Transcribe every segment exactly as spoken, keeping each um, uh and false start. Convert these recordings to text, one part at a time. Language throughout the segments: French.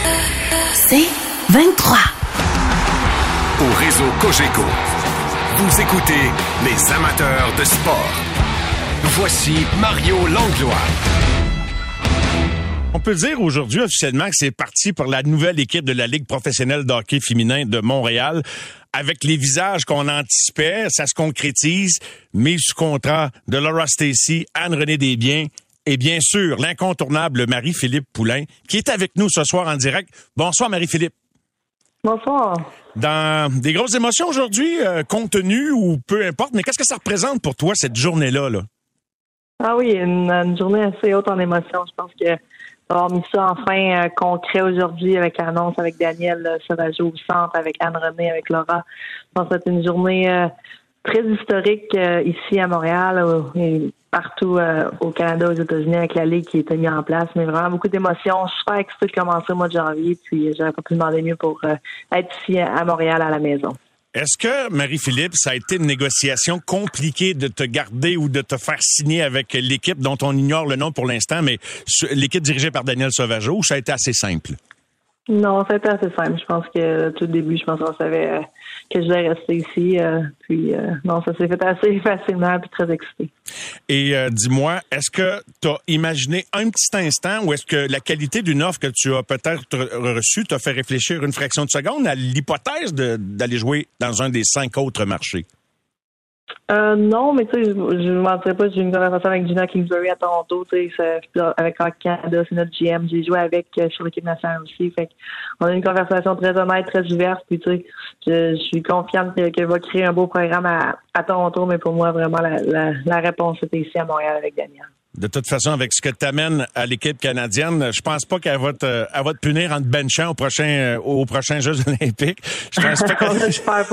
C'est vingt-trois. Au réseau Cogeco, vous écoutez les amateurs de sport. Voici Mario Langlois. On peut dire aujourd'hui officiellement que c'est parti pour la nouvelle équipe de la Ligue professionnelle de hockey féminin de Montréal. Avec les visages qu'on anticipait, ça se concrétise. Mise sous contrat de Laura Stacey, Anne-Renée Desbiens et bien sûr l'incontournable Marie-Philippe Poulin qui est avec nous ce soir en direct. Bonsoir Marie-Philippe. Bonsoir. Dans des grosses émotions aujourd'hui, euh, compte tenu ou peu importe, mais qu'est-ce que ça représente pour toi cette journée-là, là? Ah oui, une, une journée assez haute en émotions. Je pense que d'avoir mis ça enfin euh, concret aujourd'hui avec l'annonce avec Daniel euh, Sauvageau au centre, avec Anne-Renée, avec Laura. Je pense que c'est une journée euh, très historique euh, ici à Montréal euh, et partout euh, au Canada, aux États-Unis avec la Ligue qui a été mise en place. Mais vraiment beaucoup d'émotions. Je suis super excitée de commencer le mois de janvier, puis euh, j'aurais pas pu demander mieux pour euh, être ici à Montréal à la maison. Est-ce que, Marie-Philippe, ça a été une négociation compliquée de te garder ou de te faire signer avec l'équipe dont on ignore le nom pour l'instant, mais l'équipe dirigée par Daniel Sauvageau, ou ça a été assez simple? Non, ça a été assez simple. Je pense que tout le début, je pense qu'on savait euh, que je devais rester ici. Euh, puis, euh, non, ça s'est fait assez facilement puis très excité. Et euh, dis-moi, est-ce que tu as imaginé un petit instant ou est-ce que la qualité d'une offre que tu as peut-être reçue t'a fait réfléchir une fraction de seconde à l'hypothèse de, d'aller jouer dans un des cinq autres marchés? Euh, non, mais tu sais, je ne mentirais pas, j'ai eu une conversation avec Gina Kingsbury à Toronto, tu sais, avec Hockey Canada, c'est notre G M, j'ai joué avec euh, sur l'équipe nationale aussi, fait qu'on a eu une conversation très honnête, très ouverte, puis tu sais, je, je suis confiante qu'elle va créer un beau programme à, à Toronto, mais pour moi, vraiment, la, la, la réponse était ici à Montréal avec Daniel. De toute façon, avec ce que tu amènes à l'équipe canadienne, je pense pas qu'elle va te, elle va te punir en te benchant au prochain, aux prochains Jeux olympiques. Je pense pas qu'elle,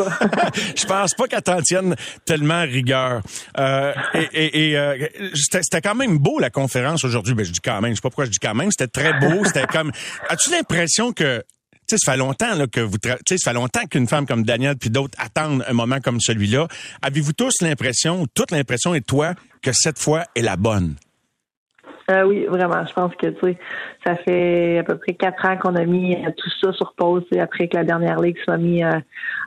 je pense pas qu'elle t'en tienne tellement rigueur. Euh, et, et, et euh, c'était, c'était quand même beau la conférence aujourd'hui. Ben, je dis quand même, je sais pas pourquoi je dis quand même. C'était très beau. C'était comme, as-tu l'impression que tu sais, ça fait longtemps là, que vous, tu sais, ça fait longtemps qu'une femme comme Daniel puis d'autres attendent un moment comme celui-là. Avez-vous tous l'impression, toute l'impression, et toi, que cette fois est la bonne? Euh, oui, vraiment. Je pense que tu sais, ça fait à peu près quatre ans qu'on a mis euh, tout ça sur pause, après que la dernière ligue soit mise euh,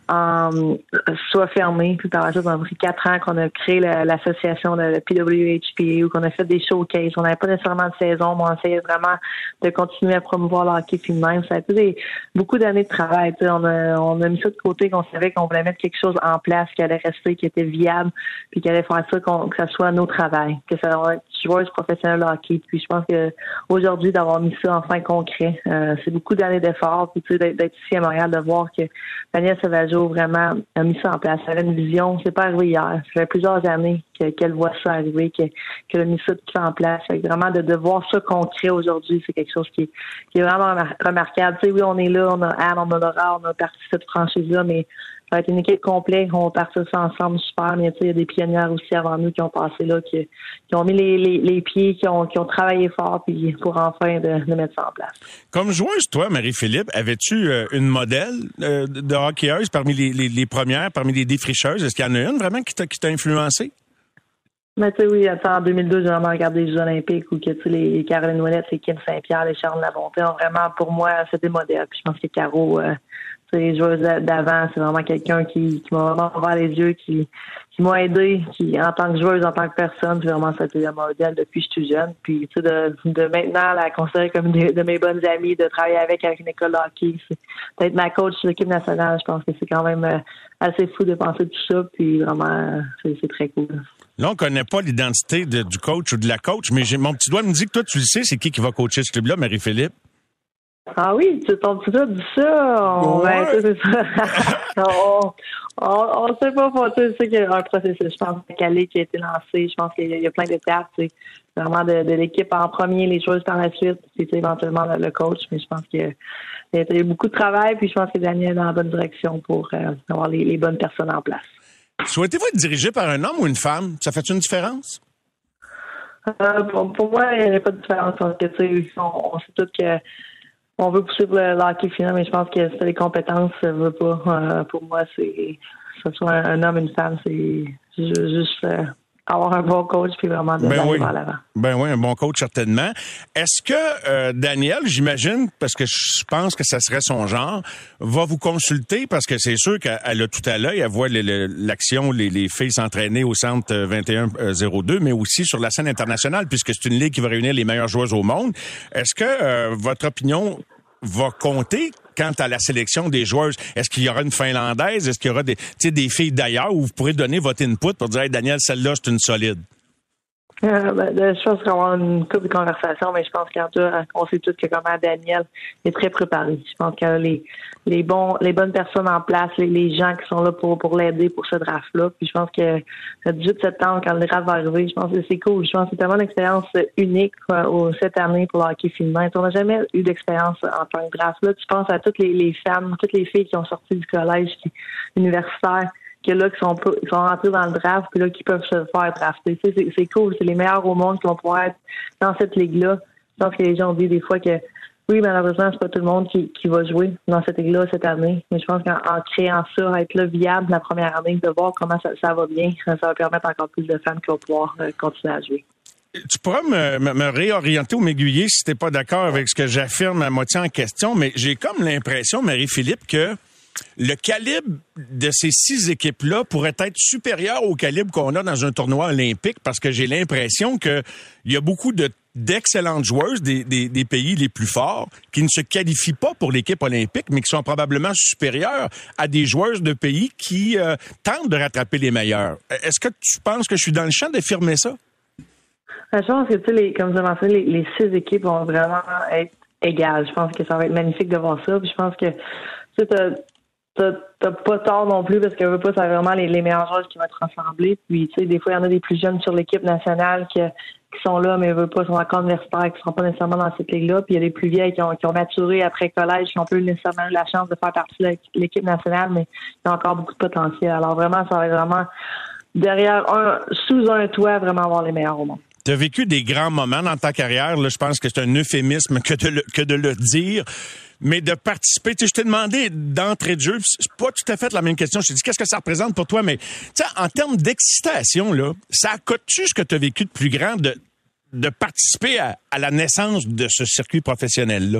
en soit fermée. Puis par la suite, ça a pris quatre ans qu'on a créé la, l'association de la P W H P A, où qu'on a fait des showcases. On n'avait pas nécessairement de saison, mais on essayait vraiment de continuer à promouvoir le hockey féminin. Ça a été des, beaucoup d'années de travail. Tu sais, on a on a mis ça de côté, qu'on savait qu'on voulait mettre quelque chose en place qui allait rester, qui était viable, puis qui allait faire ça qu'on, que ça soit nos travail, que ça allait être joueuse professionnelle de hockey. Puis je pense que aujourd'hui d'avoir mis ça enfin concret, euh, c'est beaucoup d'années d'efforts. Puis tu sais, d'être, d'être ici à Montréal, de voir que Daniel Sauvageau vraiment a mis ça en place. Elle avait une vision, c'est pas arrivé hier. Ça fait plusieurs années que, qu'elle voit ça arriver, que, qu'elle a mis ça tout en place. Fait que vraiment de, de voir ça concret aujourd'hui, c'est quelque chose qui est, qui est vraiment remarquable. Tu sais, oui, on est là, on a Anne, on a Laura, on a parti cette franchise-là, mais ça va être une équipe complète, on va partir ça ensemble super, mais tu sais, il y a des pionnières aussi avant nous qui ont passé là, qui, qui ont mis les, les, les pieds, qui ont, qui ont travaillé fort puis pour enfin de, de mettre ça en place. Comme joueuse, toi, Marie-Philippe, avais-tu euh, une modèle euh, de hockeyeuse parmi les, les, les premières, parmi les défricheuses? Est-ce qu'il y en a une vraiment qui t'a, qui t'a influencé? Mais tu sais, oui, en deux mille deux, j'ai vraiment regardé les Jeux olympiques où que, tu sais, les Caroline Ouellette, les Kim Saint-Pierre, les Charles Labonté ont vraiment, pour moi, c'était modèle. Puis je pense que Caro, euh, les joueuses d'avant, c'est vraiment quelqu'un qui, qui m'a vraiment ouvert les yeux, qui, qui m'a aidé, qui, en tant que joueuse, en tant que personne, puis vraiment, ça a été un modèle depuis que je suis jeune. Puis, tu sais, de, de maintenant la considérer comme une de mes bonnes amies, de travailler avec avec une école de hockey, c'est d'être ma coach sur l'équipe nationale, je pense que c'est quand même euh, assez fou de penser tout ça, puis vraiment, c'est, c'est très cool. Là, on connaît pas l'identité de, du coach ou de la coach, mais j'ai, mon petit doigt me dit que toi, tu le sais, c'est qui qui va coacher ce club-là, Marie-Philippe? Ah oui, tu ton petit doigt dit ça. On, ouais. Ben, c'est ça. on, on, on sait pas, tu sais qu'il y a un processus. Je pense que Calais qui a été lancé, je pense qu'il y a, il y a plein d'étapes, tu sais. Vraiment de, de l'équipe en premier, les choses par la suite, puis éventuellement le, le coach. Mais je pense qu'il y a, il y a eu beaucoup de travail, puis je pense que Daniel est dans la bonne direction pour euh, avoir les, les bonnes personnes en place. Souhaitez-vous être dirigé par un homme ou une femme? Ça fait une différence? Euh, pour, pour moi, il n'y a pas de différence. Parce que, tu sais, on, on sait tous que on veut pousser pour le, le hockey final, mais je pense que c'est les compétences, ça veut pas. Euh, pour moi, c'est que ce soit un, un homme, une femme, c'est juste, juste euh, avoir un bon coach puis vraiment de ben aller oui. vers l'avant. Ben oui, un bon coach certainement. Est-ce que euh, Danielle, j'imagine, parce que je pense que ça serait son genre, va vous consulter parce que c'est sûr qu'elle a tout à l'œil, elle voit le, le, l'action, les, les filles s'entraîner au centre vingt et un zéro deux, mais aussi sur la scène internationale puisque c'est une ligue qui va réunir les meilleures joueuses au monde. Est-ce que euh, votre opinion va compter quant à la sélection des joueuses? Est-ce qu'il y aura une Finlandaise? Est-ce qu'il y aura des, des filles d'ailleurs où vous pourrez donner votre input pour dire hey, Danielle, celle-là, c'est une solide? Euh, ben, je pense qu'on va avoir une couple de conversations, mais je pense qu'on sait tous que comment Danielle est très préparée. Je pense qu'elle a les, les bons, les bonnes personnes en place, les, les gens qui sont là pour, pour l'aider pour ce draft-là. Puis je pense que le dix-huit septembre, quand le draft va arriver, je pense que c'est cool. Je pense que c'est tellement une expérience unique quoi, cette année pour le hockey féminin. On n'a jamais eu d'expérience en tant que draft. Là, tu penses à toutes les, les femmes, toutes les filles qui ont sorti du collège, qui, universitaire, que là, qui sont, qui sont rentrés dans le draft, puis là, qui peuvent se faire drafter. Tu sais, c'est, c'est cool. C'est les meilleurs au monde qui vont pouvoir être dans cette ligue-là. Je pense que les gens disent des fois que, oui, malheureusement, c'est pas tout le monde qui, qui va jouer dans cette ligue-là cette année. Mais je pense qu'en en créant ça, être là viable la première année, de voir comment ça, ça va bien, ça va permettre encore plus de femmes qui vont pouvoir euh, continuer à jouer. Tu pourras me, me, me réorienter ou m'aiguiller si t'es pas d'accord avec ce que j'affirme à moitié en question, mais j'ai comme l'impression, Marie-Philippe, que le calibre de ces six équipes-là pourrait être supérieur au calibre qu'on a dans un tournoi olympique parce que j'ai l'impression que il y a beaucoup de, d'excellentes joueuses des, des, des pays les plus forts qui ne se qualifient pas pour l'équipe olympique, mais qui sont probablement supérieures à des joueuses de pays qui euh, tentent de rattraper les meilleurs. Est-ce que tu penses que je suis dans le champ d'affirmer ça? Je pense que, tu sais, les, comme vous avez mentionné, les, les six équipes vont vraiment être égales. Je pense que ça va être magnifique de voir ça. Puis je pense que, tu sais, t'as, t'as, t'as pas tort non plus parce que veut pas, c'est vraiment les, les meilleurs joueurs qui vont être rassemblés. Puis, tu sais, des fois, il y en a des plus jeunes sur l'équipe nationale qui, qui sont là, mais veut pas, sont encore universitaires, qui seront pas nécessairement dans cette ligue-là. Puis, il y a des plus vieilles qui ont, qui ont maturé après collège, qui ont pas eu nécessairement eu la chance de faire partie de l'équipe nationale, mais qui ont encore beaucoup de potentiel. Alors, vraiment, ça va être vraiment derrière un, sous un toit, vraiment avoir les meilleurs au monde. Tu as vécu des grands moments dans ta carrière. Là, je pense que c'est un euphémisme que de le, que de le dire. Mais de participer, tu sais, je t'ai demandé d'entrée de jeu, c'est pas tout à fait la même question. Je t'ai dit, qu'est-ce que ça représente pour toi? Mais, tu sais, en termes d'excitation, là, ça accote-tu ce que tu as vécu de plus grand de, de participer à, à la naissance de ce circuit professionnel-là?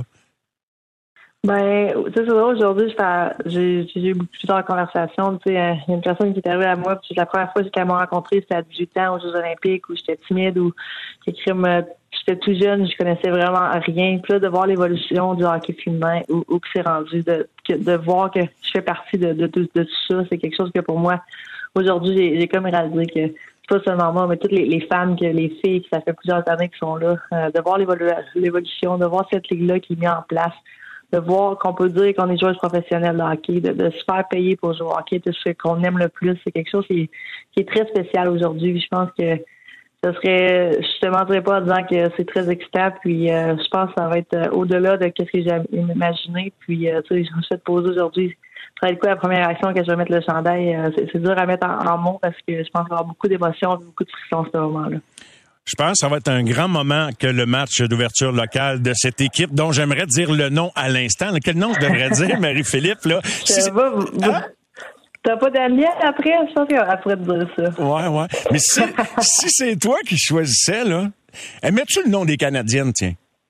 Ben, tu sais, c'est vrai, aujourd'hui, j'ai, j'ai eu plusieurs conversations. Tu sais, il y a une personne qui est arrivée à moi, puis la première fois qu'elle m'a rencontrée, c'était à dix-huit ans aux Jeux olympiques, où j'étais timide, où j'étais tout jeune, je connaissais vraiment rien. Puis là, de voir l'évolution du hockey féminin, où, où que c'est rendu, de, de voir que je fais partie de, de, de, de tout ça, c'est quelque chose que pour moi, aujourd'hui, j'ai, j'ai comme réalisé que c'est pas seulement moi, mais toutes les, les femmes, que les filles, que ça fait plusieurs années qui sont là, euh, de voir l'évolu- l'évolution, de voir cette ligue-là qui est mise en place, de voir qu'on peut dire qu'on est joueuse professionnelle de hockey, de, de se faire payer pour jouer au hockey, de ce qu'on aime le plus. C'est quelque chose qui est, qui est très spécial aujourd'hui. Je pense que ce serait, je te mentirais pas en disant que c'est très excitant. Puis euh, je pense que ça va être euh, au-delà de ce que j'ai imaginé. Puis euh, tu sais, je me suis posé aujourd'hui. Ça va être quoi la première action que je vais mettre le chandail? Euh, c'est, c'est dur à mettre en, en mots parce que je pense qu'il va y avoir beaucoup d'émotions, beaucoup de frissons à ce moment-là. Je pense que ça va être un grand moment que le match d'ouverture locale de cette équipe, dont j'aimerais dire le nom à l'instant. Quel nom je devrais dire, Marie-Philippe? Là? Je sais pas, vous, hein? T'as pas Daniel après? Je pense qu'elle pourrait te dire ça. Ouais, ouais. Mais si, si c'est toi qui choisissais, là, mets-tu le nom des Canadiennes, tiens?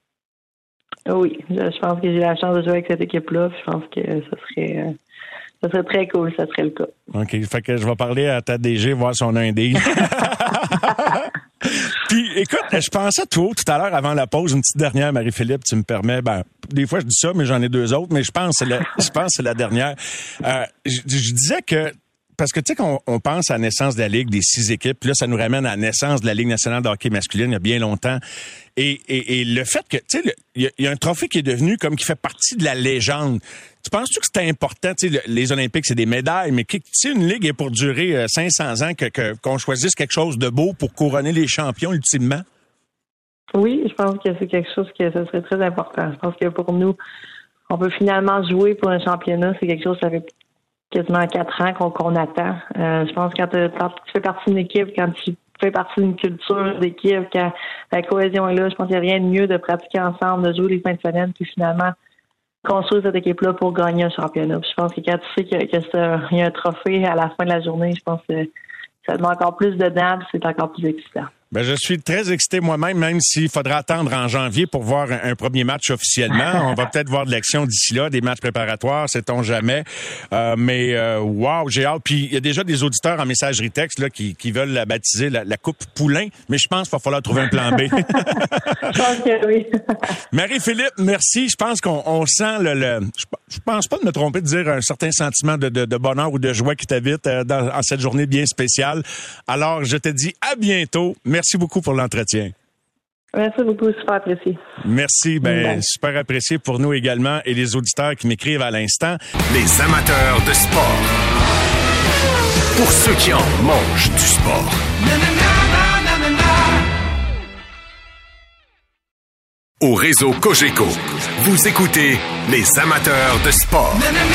Oui, je pense que j'ai la chance de jouer avec cette équipe-là. Je pense que ça serait... Euh... Ça serait très cool, ça serait le cas. OK, fait que je vais parler à ta D G, voir si on a un deal. Puis, écoute, je pensais à toi tout à l'heure avant la pause, une petite dernière, Marie-Philippe, tu me permets. Ben, des fois, je dis ça, mais j'en ai deux autres, mais je pense que c'est la, je pense que c'est la dernière. Euh, je, je disais que, parce que tu sais qu'on on pense à la naissance de la Ligue des six équipes, puis là, ça nous ramène à la naissance de la Ligue nationale de hockey masculine il y a bien longtemps. Et, et, et le fait que, tu sais, il y, y a un trophée qui est devenu comme qui fait partie de la légende. Tu penses-tu que c'est important, tu sais, les Olympiques, c'est des médailles, mais que, si une ligue est pour durer cinq cents ans, que, que, qu'on choisisse quelque chose de beau pour couronner les champions ultimement? Oui, je pense que c'est quelque chose que ça serait très important. Je pense que pour nous, on peut finalement jouer pour un championnat. C'est quelque chose, ça fait quasiment quatre ans qu'on, qu'on attend. Euh, je pense que quand, quand tu fais partie d'une équipe, quand tu fais partie d'une culture d'équipe, quand la cohésion est là, je pense qu'il n'y a rien de mieux de pratiquer ensemble, de jouer les fins de semaine, puis finalement construire cette équipe-là pour gagner un championnat. Puis je pense que quand tu sais qu'il y a, que c'est, il y a un trophée à la fin de la journée, je pense que ça demande encore plus de dents, puis c'est encore plus excitant. Ben, je suis très excité moi-même, même s'il faudra attendre en janvier pour voir un, un premier match officiellement. On va peut-être voir de l'action d'ici là, des matchs préparatoires, sait-on jamais. Euh, mais euh, wow, j'ai hâte. Puis il y a déjà des auditeurs en messagerie texte là qui, qui veulent la baptiser la, la Coupe Poulain, mais je pense qu'il va falloir trouver un plan B. Je pense que oui. Marie-Philippe, merci. Je pense qu'on on sent le... le je, je pense pas de me tromper de dire un certain sentiment de, de, de bonheur ou de joie qui t'habite euh, dans, en cette journée bien spéciale. Alors, je te dis à bientôt. Merci beaucoup pour l'entretien. Merci beaucoup, super apprécié. Merci, ben ouais. Super apprécié pour nous également et les auditeurs qui m'écrivent à l'instant. Les amateurs de sport. Pour ceux qui en mangent du sport. Au réseau Cogeco, vous écoutez les amateurs de sport.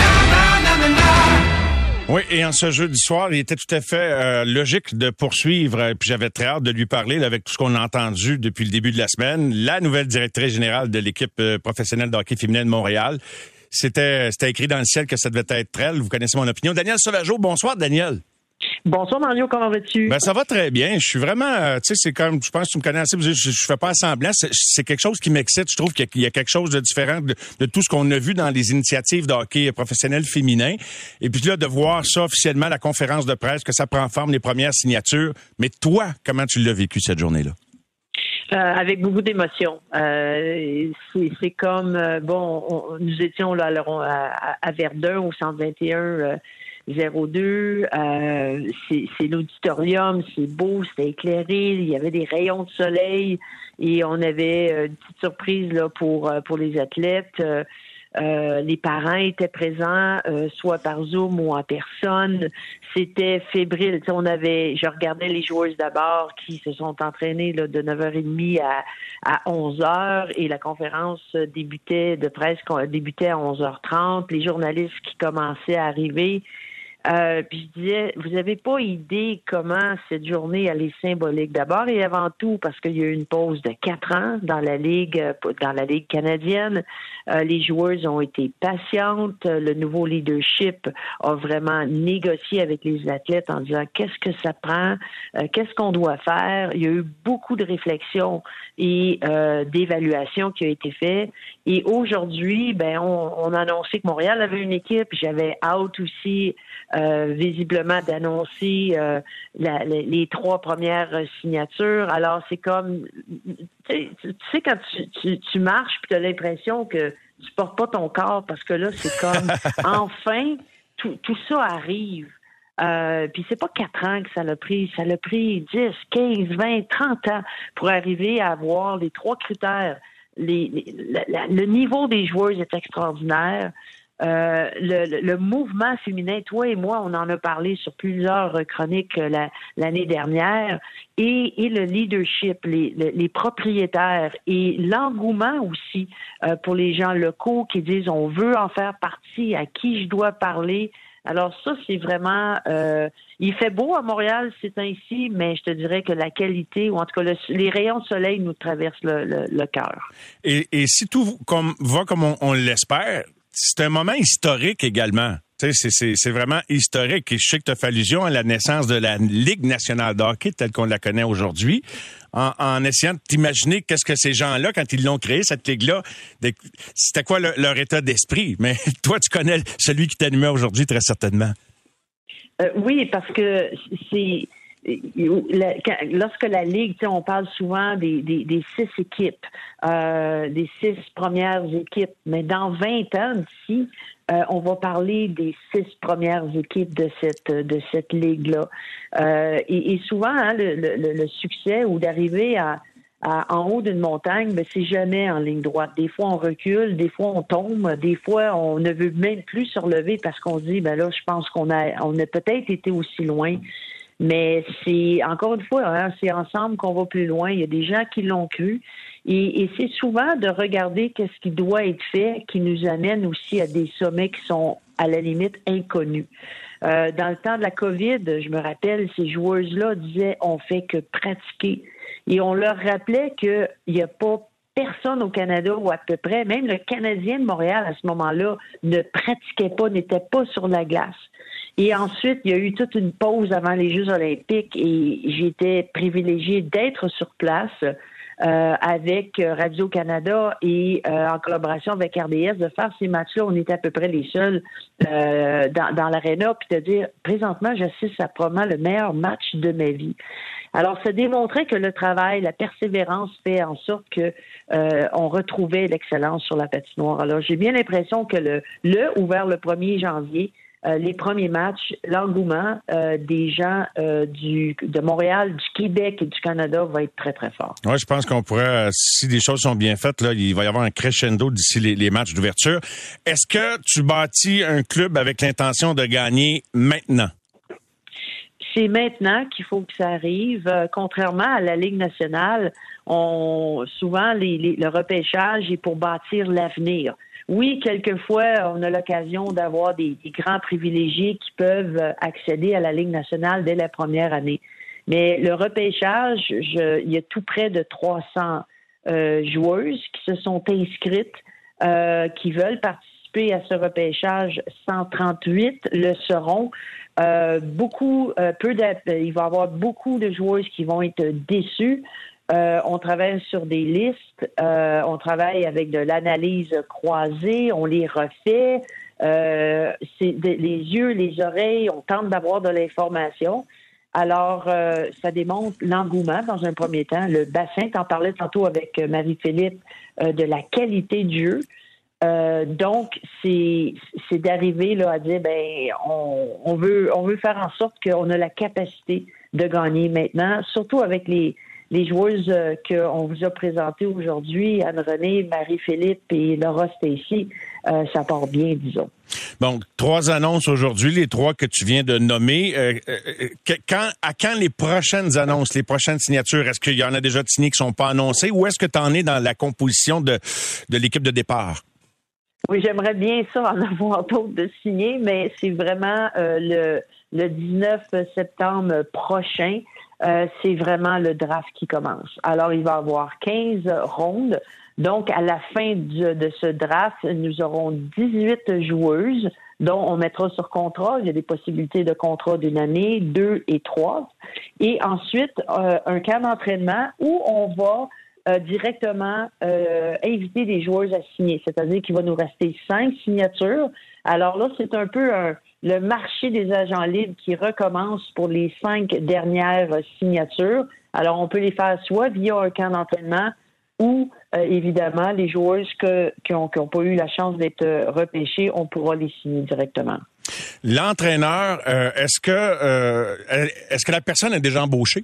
Oui, et en ce jeudi soir, il était tout à fait euh, logique de poursuivre, euh, puis j'avais très hâte de lui parler là, avec tout ce qu'on a entendu depuis le début de la semaine, la nouvelle directrice générale de l'équipe euh, professionnelle de hockey féminin de Montréal. C'était, c'était écrit dans le ciel que ça devait être elle. Vous connaissez mon opinion. Daniel Sauvageau, bonsoir Daniel. Bonsoir Mario, comment vas-tu? Ben ça va très bien. Je suis vraiment, euh, tu sais, c'est comme, je pense que tu me connais assez. Je, je, je fais pas semblant. C'est, c'est quelque chose qui m'excite. Je trouve qu'il y a, il y a quelque chose de différent de, de tout ce qu'on a vu dans les initiatives de hockey professionnel féminin. Et puis là, de voir ça officiellement, la conférence de presse, que ça prend forme, les premières signatures. Mais toi, comment tu l'as vécu cette journée-là? Euh, avec beaucoup d'émotions. Euh, c'est, c'est comme, euh, bon, on, nous étions là à, à Verdun, au centre vingt et un euh, zéro deux. Euh, c'est, c'est l'auditorium, c'est beau, c'était éclairé, il y avait des rayons de soleil et on avait euh, une petite surprise là pour pour les athlètes. Euh, Euh, les parents étaient présents, euh, soit par Zoom ou en personne. C'était fébrile. T'sais, on avait, je regardais les joueuses d'abord qui se sont entraînées là, de neuf heures trente à, à onze heures et la conférence débutait de presse débutait à onze heures trente. Les journalistes qui commençaient à arriver. Euh, puis je disais, vous n'avez pas idée comment cette journée elle est symbolique. D'abord et avant tout parce qu'il y a eu une pause de quatre ans dans la ligue, dans la ligue canadienne. Euh, les joueuses ont été patientes. Le nouveau leadership a vraiment négocié avec les athlètes en disant qu'est-ce que ça prend, euh, qu'est-ce qu'on doit faire. Il y a eu beaucoup de réflexions et euh, d'évaluations qui ont été faites. Et aujourd'hui, ben on, on a annoncé que Montréal avait une équipe. J'avais hâte aussi. Euh, visiblement d'annoncer euh, la, les, les trois premières signatures. Alors, c'est comme... Tu sais, quand tu, tu, tu marches puis tu as l'impression que tu portes pas ton corps parce que là, c'est comme... enfin, tout, tout ça arrive. Euh, puis c'est pas quatre ans que ça l'a pris. Ça l'a pris dix, quinze, vingt, trente ans pour arriver à avoir les trois critères. Les, les, la, la, le niveau des joueurs est extraordinaire. Euh, le, le, le mouvement féminin, toi et moi, on en a parlé sur plusieurs chroniques la, l'année dernière, et, et le leadership, les, les, les propriétaires et l'engouement aussi euh, pour les gens locaux qui disent on veut en faire partie, à qui je dois parler. Alors ça, c'est vraiment... Euh, il fait beau à Montréal ces temps-ci, mais je te dirais que la qualité, ou en tout cas le, les rayons de soleil nous traversent le, le, le cœur. Et, et si tout comme, va comme on, on l'espère, c'est un moment historique également. Tu sais, c'est, c'est, c'est vraiment historique. Et je sais que tu as fait allusion à la naissance de la Ligue nationale de hockey telle qu'on la connaît aujourd'hui. En, en essayant de t'imaginer qu'est-ce que ces gens-là, quand ils l'ont créé, cette ligue-là, c'était quoi le, leur état d'esprit. Mais toi, tu connais celui qui t'animait aujourd'hui très certainement. Euh, oui, parce que c'est... Lorsque la Ligue, on parle souvent des, des, des six équipes, euh, des six premières équipes, mais dans vingt ans d'ici, euh, on va parler des six premières équipes de cette de cette Ligue-là. Euh, et, et souvent, hein, le, le, le succès ou d'arriver à, à en haut d'une montagne, ben c'est jamais en ligne droite. Des fois, on recule, des fois, on tombe, des fois, on ne veut même plus se relever parce qu'on se dit, ben là, je pense qu'on a on a peut-être été aussi loin. Mais c'est, encore une fois, hein, c'est ensemble qu'on va plus loin. Il y a des gens qui l'ont cru. Et, et c'est souvent de regarder qu'est-ce qui doit être fait qui nous amène aussi à des sommets qui sont, à la limite, inconnus. Euh, dans le temps de la COVID, je me rappelle, ces joueuses-là disaient « on fait que pratiquer ». Et on leur rappelait qu'il n'y a pas personne au Canada ou à peu près, même le Canadien de Montréal à ce moment-là, ne pratiquait pas, n'était pas sur la glace. Et ensuite, il y a eu toute une pause avant les Jeux olympiques et j'étais privilégiée d'être sur place euh, avec Radio-Canada et euh, en collaboration avec R D S, de faire ces matchs-là. On était à peu près les seuls euh, dans, dans l'aréna, puis de dire, présentement, j'assiste à probablement le meilleur match de ma vie. Alors, ça démontrait que le travail, la persévérance fait en sorte que euh, on retrouvait l'excellence sur la patinoire. Alors, j'ai bien l'impression que le, le ouvert le premier janvier, euh, les premiers matchs, l'engouement euh, des gens euh, du de Montréal, du Québec et du Canada va être très, très fort. Oui, je pense qu'on pourrait, si les choses sont bien faites, là, il va y avoir un crescendo d'ici les, les matchs d'ouverture. Est-ce que tu bâtis un club avec l'intention de gagner maintenant? C'est maintenant qu'il faut que ça arrive. Euh, contrairement à la Ligue nationale, on souvent les, les, le repêchage est pour bâtir l'avenir. Oui, quelquefois, on a l'occasion d'avoir des, des grands privilégiés qui peuvent accéder à la Ligue nationale dès la première année. Mais le repêchage, je, il y a tout près de trois cents euh, joueuses qui se sont inscrites, euh, qui veulent participer à ce repêchage. cent trente-huit le seront. Euh, beaucoup, euh, peu de, il va y avoir beaucoup de joueuses qui vont être déçues. Euh, on travaille sur des listes, euh, on travaille avec de l'analyse croisée, on les refait. Euh, c'est de, les yeux, les oreilles, on tente d'avoir de l'information. Alors, euh, ça démontre l'engouement dans un premier temps. Le bassin, t'en parlais tantôt avec Marie-Philippe, euh, de la qualité du jeu. Euh, donc, c'est, c'est d'arriver là à dire, ben, on, on veut, on veut faire en sorte qu'on a la capacité de gagner maintenant, surtout avec les, les joueuses euh, qu'on vous a présentées aujourd'hui, Anne-Renée, Marie-Philippe et Laura Stacey, euh, ça part bien, disons. Bon, trois annonces aujourd'hui, les trois que tu viens de nommer. Euh, euh, quand, à quand les prochaines annonces, les prochaines signatures? Est-ce qu'il y en a déjà de signés qui ne sont pas annoncés ou est-ce que tu en es dans la composition de, de l'équipe de départ? Oui, j'aimerais bien ça en avoir d'autres de signés, mais c'est vraiment euh, le, le dix-neuf septembre prochain, euh, c'est vraiment le draft qui commence. Alors, il va y avoir quinze rondes. Donc, à la fin du, de ce draft, nous aurons dix-huit joueuses dont on mettra sur contrat. Il y a des possibilités de contrat d'une année, deux et trois. Et ensuite, euh, un camp d'entraînement où on va Euh, directement euh, inviter des joueuses à signer. C'est-à-dire qu'il va nous rester cinq signatures. Alors là, c'est un peu un, le marché des agents libres qui recommence pour les cinq dernières signatures. Alors, on peut les faire soit via un camp d'entraînement ou, euh, évidemment, les joueuses que, qui n'ont qui ont pas eu la chance d'être repêchées, on pourra les signer directement. L'entraîneur, euh, est-ce que euh, est-ce que la personne est déjà embauchée?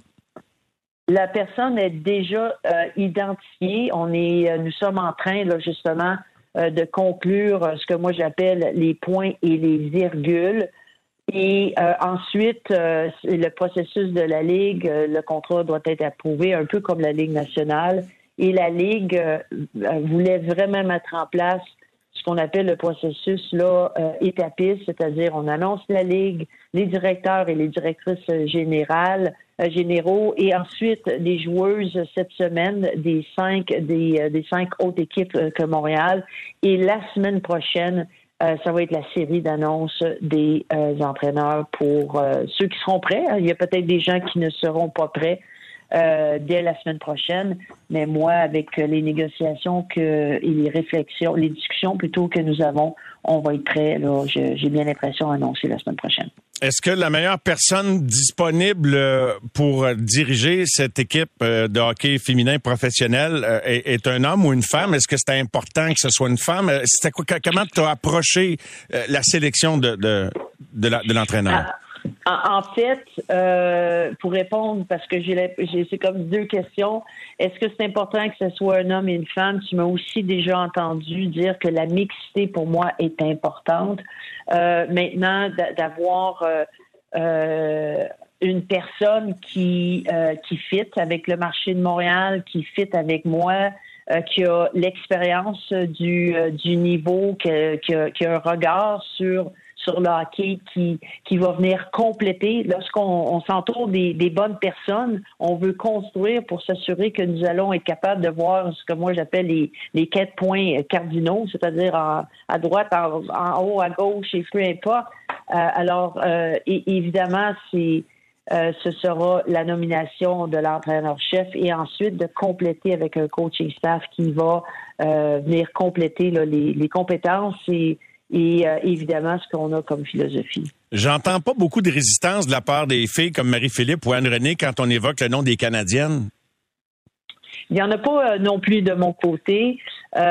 La personne est déjà euh, identifiée. On est, euh, nous sommes en train, là, justement, euh, de conclure euh, ce que moi j'appelle les points et les virgules. Et euh, ensuite, euh, le processus de la Ligue, euh, le contrat doit être approuvé, un peu comme la Ligue nationale. Et la Ligue euh, voulait vraiment mettre en place ce qu'on appelle le processus là euh, étapiste, c'est-à-dire on annonce la Ligue, les directeurs et les directrices générales, euh, généraux, et ensuite les joueuses cette semaine des cinq des, euh, des cinq autres équipes euh, que Montréal. Et la semaine prochaine, euh, ça va être la série d'annonces des euh, entraîneurs pour euh, ceux qui seront prêts. Il y a peut-être des gens qui ne seront pas prêts Euh, dès la semaine prochaine, mais moi, avec les négociations que et les réflexions, les discussions plutôt que nous avons, on va être prêt. Là, je, j'ai bien l'impression d'annoncer la semaine prochaine. Est-ce que la meilleure personne disponible pour diriger cette équipe de hockey féminin professionnel est, est un homme ou une femme? Est-ce que c'est important que ce soit une femme? C'était quoi, comment tu as approché la sélection de, de, de, la, de l'entraîneur? Ah. En fait, euh, pour répondre, parce que j'ai, j'ai c'est comme deux questions. Est-ce que c'est important que ce soit un homme et une femme? Tu m'as aussi déjà entendu dire que la mixité, pour moi, est importante. Euh, maintenant, d'avoir euh, euh, une personne qui euh, qui fit avec le marché de Montréal, qui fit avec moi, euh, qui a l'expérience du euh, du niveau, qui a, qui a, qui a un regard sur sur le hockey qui, qui va venir compléter. Lorsqu'on on s'entoure des, des bonnes personnes, on veut construire pour s'assurer que nous allons être capables de voir ce que moi j'appelle les, les quatre points cardinaux, c'est-à-dire en, à droite, en, en haut, à gauche et peu importe. alors, euh, et, évidemment, c'est euh, ce sera la nomination de l'entraîneur-chef et ensuite de compléter avec un coaching staff qui va euh, venir compléter là, les, les compétences et, et euh, évidemment ce qu'on a comme philosophie. J'entends pas beaucoup de résistance de la part des filles comme Marie-Philippe ou Anne-Renée quand on évoque le nom des Canadiennes. Il n'y en a pas euh, non plus de mon côté.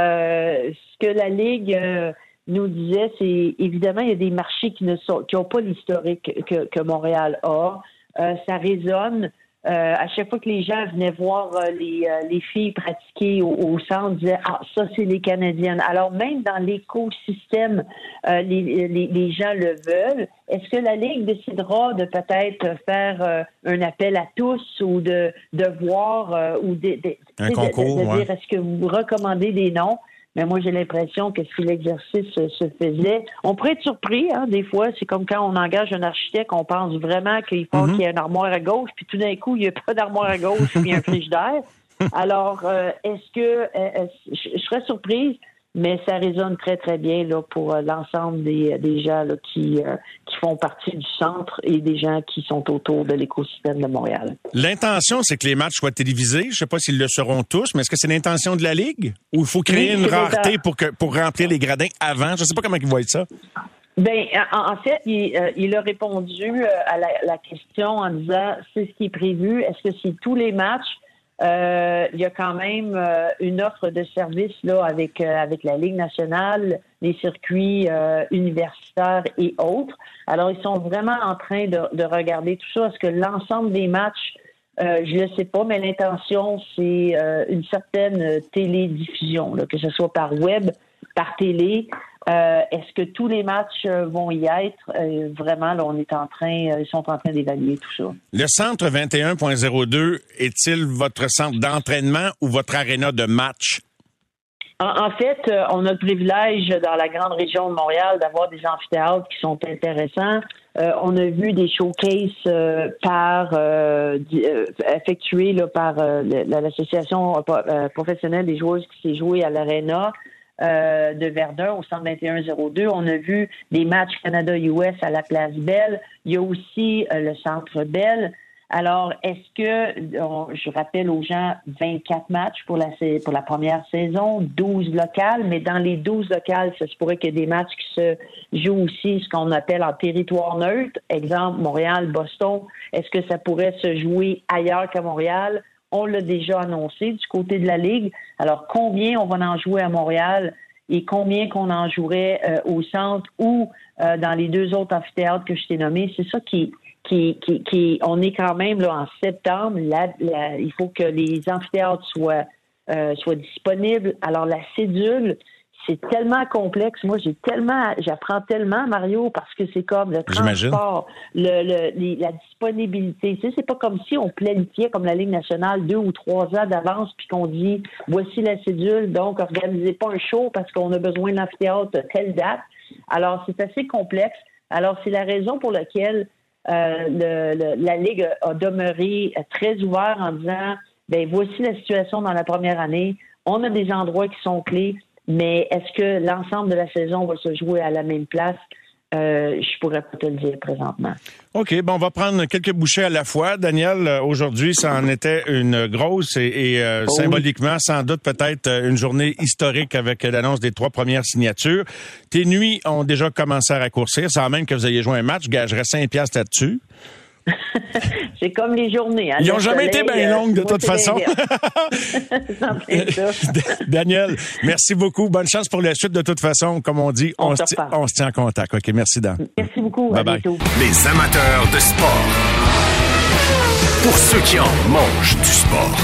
Euh, ce que la Ligue euh, nous disait, c'est évidemment, il y a des marchés qui ne sont qui n'ont pas l'historique que, que Montréal a. Euh, ça résonne. Euh, à chaque fois que les gens venaient voir euh, les, euh, les filles pratiquer au, au centre, ils disaient « Ah, ça, c'est les Canadiennes ». Alors, même dans l'écosystème, euh, les, les, les gens le veulent. Est-ce que la Ligue décidera de peut-être faire euh, un appel à tous ou de, de voir euh, ou de, de, un concours, de, de, de ouais. dire est-ce que vous recommandez des noms? Mais moi, j'ai l'impression que si l'exercice se, se faisait, on pourrait être surpris, hein, des fois. C'est comme quand on engage un architecte, on pense vraiment qu'il faut mm-hmm. qu'il y ait une armoire à gauche, puis tout d'un coup, il n'y a pas d'armoire à gauche, puis un frigidaire. Alors, euh, est-ce que... Euh, je, je serais surprise, mais ça résonne très, très bien là pour euh, l'ensemble des, des gens là, qui, euh, qui font partie du centre et des gens qui sont autour de l'écosystème de Montréal. L'intention, c'est que les matchs soient télévisés. Je ne sais pas s'ils le seront tous, mais est-ce que c'est l'intention de la Ligue? Ou il faut créer oui, une rareté pour, que, pour remplir les gradins avant? Je ne sais pas comment ils voient ça. Ben, en, en fait, il, euh, il a répondu euh, à la, la question en disant c'est ce qui est prévu. Est-ce que c'est tous les matchs? Euh, il y a quand même euh, une offre de service là avec euh, avec la Ligue nationale, les circuits euh, universitaires et autres. Alors, ils sont vraiment en train de, de regarder tout ça. Est-ce que l'ensemble des matchs, euh, je ne sais pas, mais l'intention, c'est euh, une certaine télédiffusion, là, que ce soit par web, par télé. Euh, est-ce que tous les matchs euh, vont y être? Euh, vraiment, là, on est en train, euh, ils sont en train d'évaluer tout ça. Le centre vingt et un point zéro deux est-il votre centre d'entraînement ou votre aréna de match? En, en fait, euh, on a le privilège dans la grande région de Montréal d'avoir des amphithéâtres qui sont intéressants. Euh, on a vu des showcases euh, par euh, euh, effectués là, par euh, l'association euh, professionnelle des joueuses qui s'est jouée à l'aréna. Euh, de Verdun au centre vingt et un zéro deux. On a vu des matchs Canada-U S à la Place Belle. Il y a aussi euh, le Centre Bell. Alors, est-ce que, on, je rappelle aux gens, vingt-quatre matchs pour la pour la première saison, douze locales, mais dans les douze locales, ça se pourrait qu'il y ait des matchs qui se jouent aussi, ce qu'on appelle en territoire neutre. Exemple, Montréal, Boston. Est-ce que ça pourrait se jouer ailleurs qu'à Montréal? On l'a déjà annoncé du côté de la Ligue. Alors, combien on va en jouer à Montréal et combien qu'on en jouerait euh, au centre ou euh, dans les deux autres amphithéâtres que je t'ai nommés, c'est ça qui, qui, qui, qui, on est quand même là en septembre. La, la, il faut que les amphithéâtres soient, euh, soient disponibles. Alors, la cédule, c'est tellement complexe. Moi, j'ai tellement, j'apprends tellement, Mario, parce que c'est comme le transport, le, le, les, la disponibilité. Tu sais, c'est pas comme si on planifiait comme la Ligue nationale deux ou trois ans d'avance puis qu'on dit voici la cédule, donc organisez pas un show parce qu'on a besoin de l'amphithéâtre telle date. Alors, c'est assez complexe. Alors, c'est la raison pour laquelle euh, le, le, la Ligue a demeuré très ouverte en disant ben voici la situation dans la première année. On a des endroits qui sont clés. Mais est-ce que l'ensemble de la saison va se jouer à la même place? Euh, je pourrais pas te le dire présentement. OK, bon, on va prendre quelques bouchées à la fois. Daniel, aujourd'hui, ça en était une grosse et, et euh, oh symboliquement, oui. Sans doute peut-être une journée historique avec l'annonce des trois premières signatures. Tes nuits ont déjà commencé à raccourcir, sans même que vous ayez joué un match. Je gagerais cinq piastres là-dessus. C'est comme les journées. Hein, Ils n'ont jamais été bien longues, de toute façon. Daniel, merci beaucoup. Bonne chance pour la suite, de toute façon. Comme on dit, on, on, se, t- on se tient en contact. OK, merci, Dan. Merci beaucoup. Bye à bye. Bientôt. Les amateurs de sport. Pour ceux qui en mangent du sport.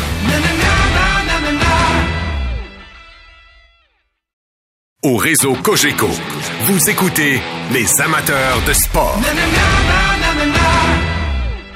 Au réseau Cogeco, vous écoutez les amateurs de sport.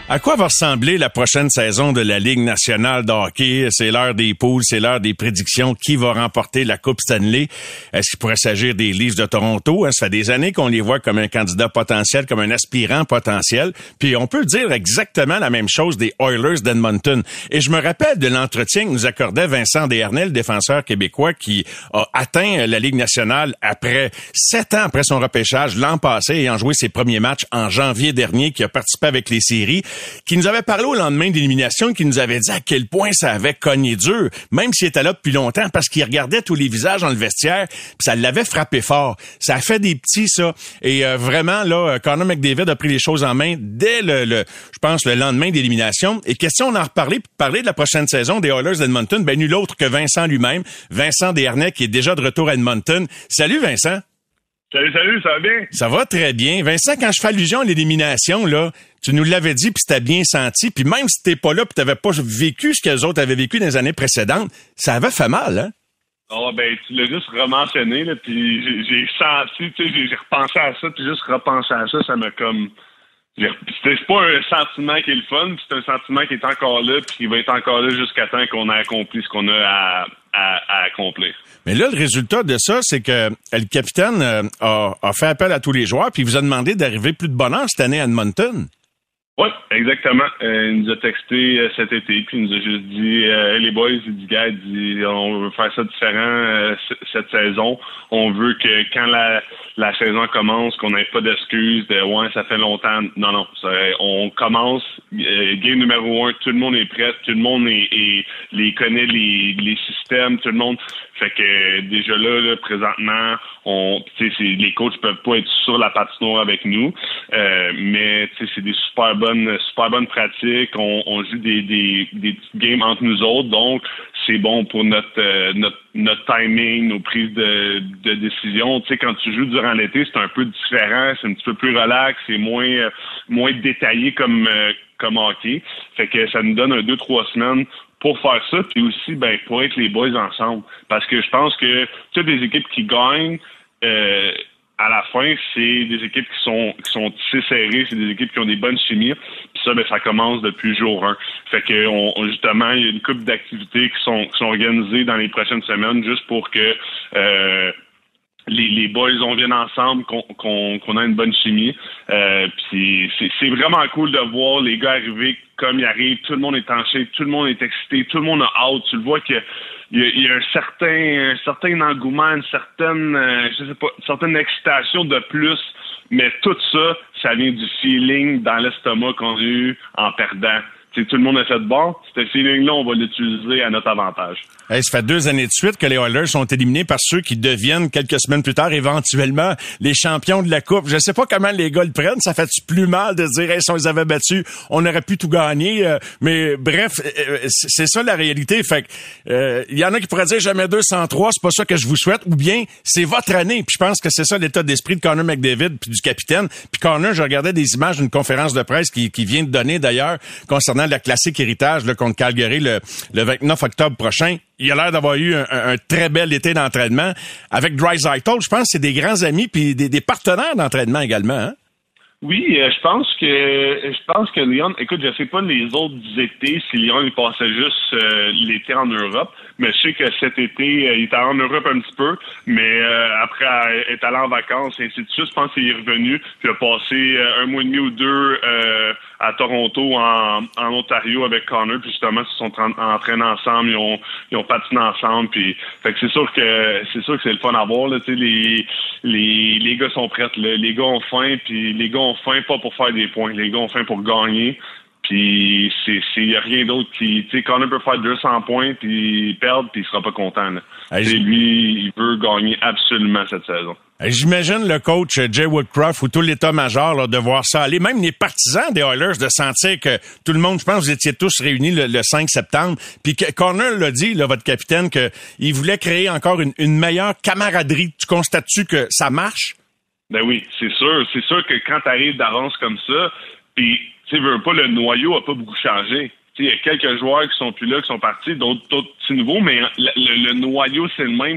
À quoi va ressembler la prochaine saison de la Ligue nationale de hockey? C'est l'heure des poules, c'est l'heure des prédictions. Qui va remporter la Coupe Stanley? Est-ce qu'il pourrait s'agir des Leafs de Toronto? Ça fait des années qu'on les voit comme un candidat potentiel, comme un aspirant potentiel. Puis on peut dire exactement la même chose des Oilers d'Edmonton. Et je me rappelle de l'entretien que nous accordait Vincent Desharnais, le défenseur québécois, qui a atteint la Ligue nationale après sept ans après son repêchage l'an passé, ayant joué ses premiers matchs en janvier dernier, qui a participé avec les séries, qui nous avait parlé au lendemain d'élimination, qui nous avait dit à quel point ça avait cogné dur, même s'il était là depuis longtemps, parce qu'il regardait tous les visages dans le vestiaire, puis ça l'avait frappé fort. Ça a fait des petits, ça. Et euh, vraiment, là, Connor McDavid a pris les choses en main dès le, le je pense, le lendemain d'élimination. Et question d'en reparler, puis parler de la prochaine saison des Oilers d'Edmonton, ben nul autre que Vincent lui-même, Vincent Desharnais, qui est déjà de retour à Edmonton. Salut Vincent! Salut, salut, ça va bien? Ça va très bien. Vincent, quand je fais allusion à l'élimination, là, tu nous l'avais dit, puis c'était bien senti, puis même si t'es pas là, puis t'avais pas vécu ce que les autres avaient vécu dans les années précédentes, ça avait fait mal, hein? Oh, ben, tu l'as juste rementionné, là, puis j'ai, j'ai senti, tu sais, j'ai, j'ai repensé à ça, puis juste repenser à ça, ça m'a comme... C'est, c'est pas un sentiment qui est le fun, c'est un sentiment qui est encore là, puis qui va être encore là jusqu'à temps qu'on a accompli ce qu'on a à, à, à accomplir. Mais là, le résultat de ça, c'est que le capitaine euh, a, a fait appel à tous les joueurs, puis il vous a demandé d'arriver plus de bonne heure cette année à Edmonton. Oui, exactement. Euh, il nous a texté euh, cet été, puis il nous a juste dit euh, hey, les boys, il dit gars, il dit on veut faire ça différent euh, c- cette saison. On veut que quand la la saison commence, qu'on n'ait pas d'excuses de ouais, ça fait longtemps. Non, non. Ça, on commence, euh, game numéro un, tout le monde est prêt, tout le monde est, est les connaît les, les systèmes, tout le monde. Fait que déjà là, là présentement, on tu sais, les coachs peuvent pas être sur la patinoire avec nous. Euh, mais tu sais, c'est des super bonnes, super bonnes pratiques. On, on joue des, des, des petites games entre nous autres, donc c'est bon pour notre euh, notre notre timing, nos prises de, de décision. Tu sais, quand tu joues durant l'été, c'est un peu différent, c'est un petit peu plus relax, c'est moins euh, moins détaillé comme euh, comme hockey. Fait que ça nous donne un deux trois semaines pour faire ça, puis aussi ben pour être les boys ensemble. Parce que je pense que toutes les équipes qui gagnent euh, à la fin, c'est des équipes qui sont qui sont tissées serrées, c'est des équipes qui ont des bonnes chimies. Puis ça, ben ça commence depuis jour un. Fait que on, on, justement, il y a une couple d'activités qui sont qui sont organisées dans les prochaines semaines, juste pour que euh, les, les boys on vienne ensemble, qu'on qu'on, qu'on a une bonne chimie. Euh, puis c'est, c'est vraiment cool de voir les gars arriver comme ils arrivent. Tout le monde est en shape, tout le monde est excité, tout le monde a hâte. Tu le vois que il y a, il y a un certain, un certain engouement, une certaine, euh, je sais pas, une certaine excitation de plus. Mais tout ça, ça vient du feeling dans l'estomac qu'on a eu en perdant. T'sais, tout le monde a fait de bon. Ce feeling-là, on va l'utiliser à notre avantage. Hey, ça fait deux années de suite que les Oilers sont éliminés par ceux qui deviennent quelques semaines plus tard éventuellement les champions de la Coupe. Je sais pas comment les gars le prennent. Ça fait-tu plus mal de dire hey, si on les avait battus, on aurait pu tout gagner. Euh, mais bref, euh, c'est ça la réalité. Fait que euh, il y en a qui pourraient dire jamais deux cent trois, c'est pas ça que je vous souhaite. Ou bien c'est votre année. Puis je pense que c'est ça l'état d'esprit de Connor McDavid puis du capitaine. Puis Connor, je regardais des images d'une conférence de presse qui, qui vient de donner d'ailleurs concernant la classique héritage là, contre Calgary le, le vingt-neuf octobre prochain. Il a l'air d'avoir eu un, un, un très bel été d'entraînement. Avec Draisaitl, je pense que c'est des grands amis puis des, des partenaires d'entraînement également. Hein? Oui, euh, je pense que je pense que Leon, écoute, je sais pas les autres étés si Leon il passait juste euh, l'été en Europe, mais je sais que cet été, euh, il était en Europe un petit peu, mais euh, après être allé en vacances et ainsi de suite, je pense qu'il est revenu, puis il a passé euh, un mois et demi ou deux euh, à Toronto, en, en Ontario avec Connor, puis justement, ils se sont entraînés ensemble, ils ont ils ont patiné ensemble, puis fait que c'est sûr que c'est sûr que c'est le fun à voir, là, tu sais, les les les gars sont prêts, là, les gars ont faim, puis les gars ont faim pas pour faire des points, les gars ont faim pour gagner. Puis c'est c'est y a rien d'autre qui, tu sais, Connor peut faire deux cents points puis perdre puis il sera pas content là. Hey, c'est lui, il veut gagner absolument cette saison. Hey, j'imagine le coach Jay Woodcroft ou tout l'état-major là, de voir ça aller, même les partisans des Oilers de sentir que tout le monde, je pense, vous étiez tous réunis le, le cinq septembre, puis que Connor l'a dit, là, votre capitaine, que il voulait créer encore une, une meilleure camaraderie. Tu constates-tu que ça marche? Ben oui, c'est sûr, c'est sûr que quand t'arrives d'avance comme ça, puis tu sais, veux pas, le noyau a pas beaucoup changé. Il y a quelques joueurs qui sont plus là, qui sont partis, d'autres, d'autres petits nouveaux, mais le, le, le noyau, c'est le même.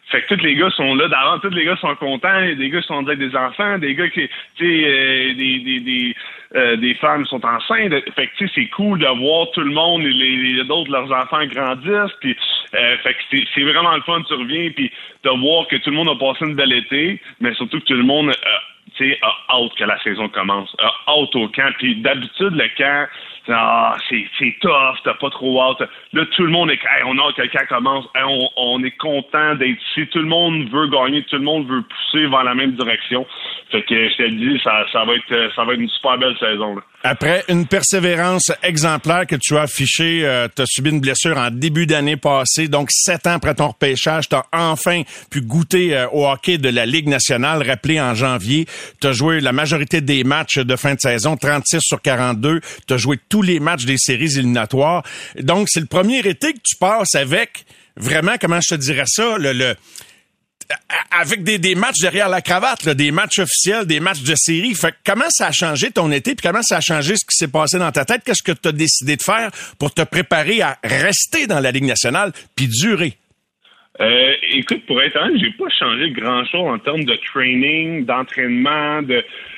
Fait que tous les gars sont là d'avant, tous les gars sont contents, des gars sont avec des enfants, des gars qui, tu sais, euh, des des des, euh, des femmes sont enceintes. Fait que tu sais, c'est cool de voir tout le monde, les, les d'autres leurs enfants grandissent, puis euh, fait que c'est, c'est vraiment le fun. Tu reviens, puis de voir que tout le monde a passé une belle été, mais surtout que tout le monde, euh, tu sais, a hâte que la saison commence, a hâte au camp. Puis d'habitude le camp, ah, c'est, c'est tough, t'as pas trop hâte. Là, tout le monde est, hey, on a hâte que le camp commence. Hey, on, on est content d'être ici. Tout le monde veut gagner, tout le monde veut pousser vers la même direction. Fait que je te le dis, ça, ça va être, ça va être une super belle saison, là. Après une persévérance exemplaire que tu as affichée, euh, tu as subi une blessure en début d'année passée, donc sept ans après ton repêchage, tu as enfin pu goûter euh, au hockey de la Ligue nationale, rappelé en janvier. Tu as joué la majorité des matchs de fin de saison, trente-six sur quarante-deux. Tu as joué tous les matchs des séries éliminatoires. Donc, c'est le premier été que tu passes avec, vraiment, comment je te dirais ça, le... le avec des, des matchs derrière la cravate, là, des matchs officiels, des matchs de série. Fait que comment ça a changé ton été, puis comment ça a changé ce qui s'est passé dans ta tête? Qu'est-ce que tu as décidé de faire pour te préparer à rester dans la Ligue nationale puis durer? Euh, écoute, pour être honnête, j'ai pas changé grand-chose en termes de training, d'entraînement, de...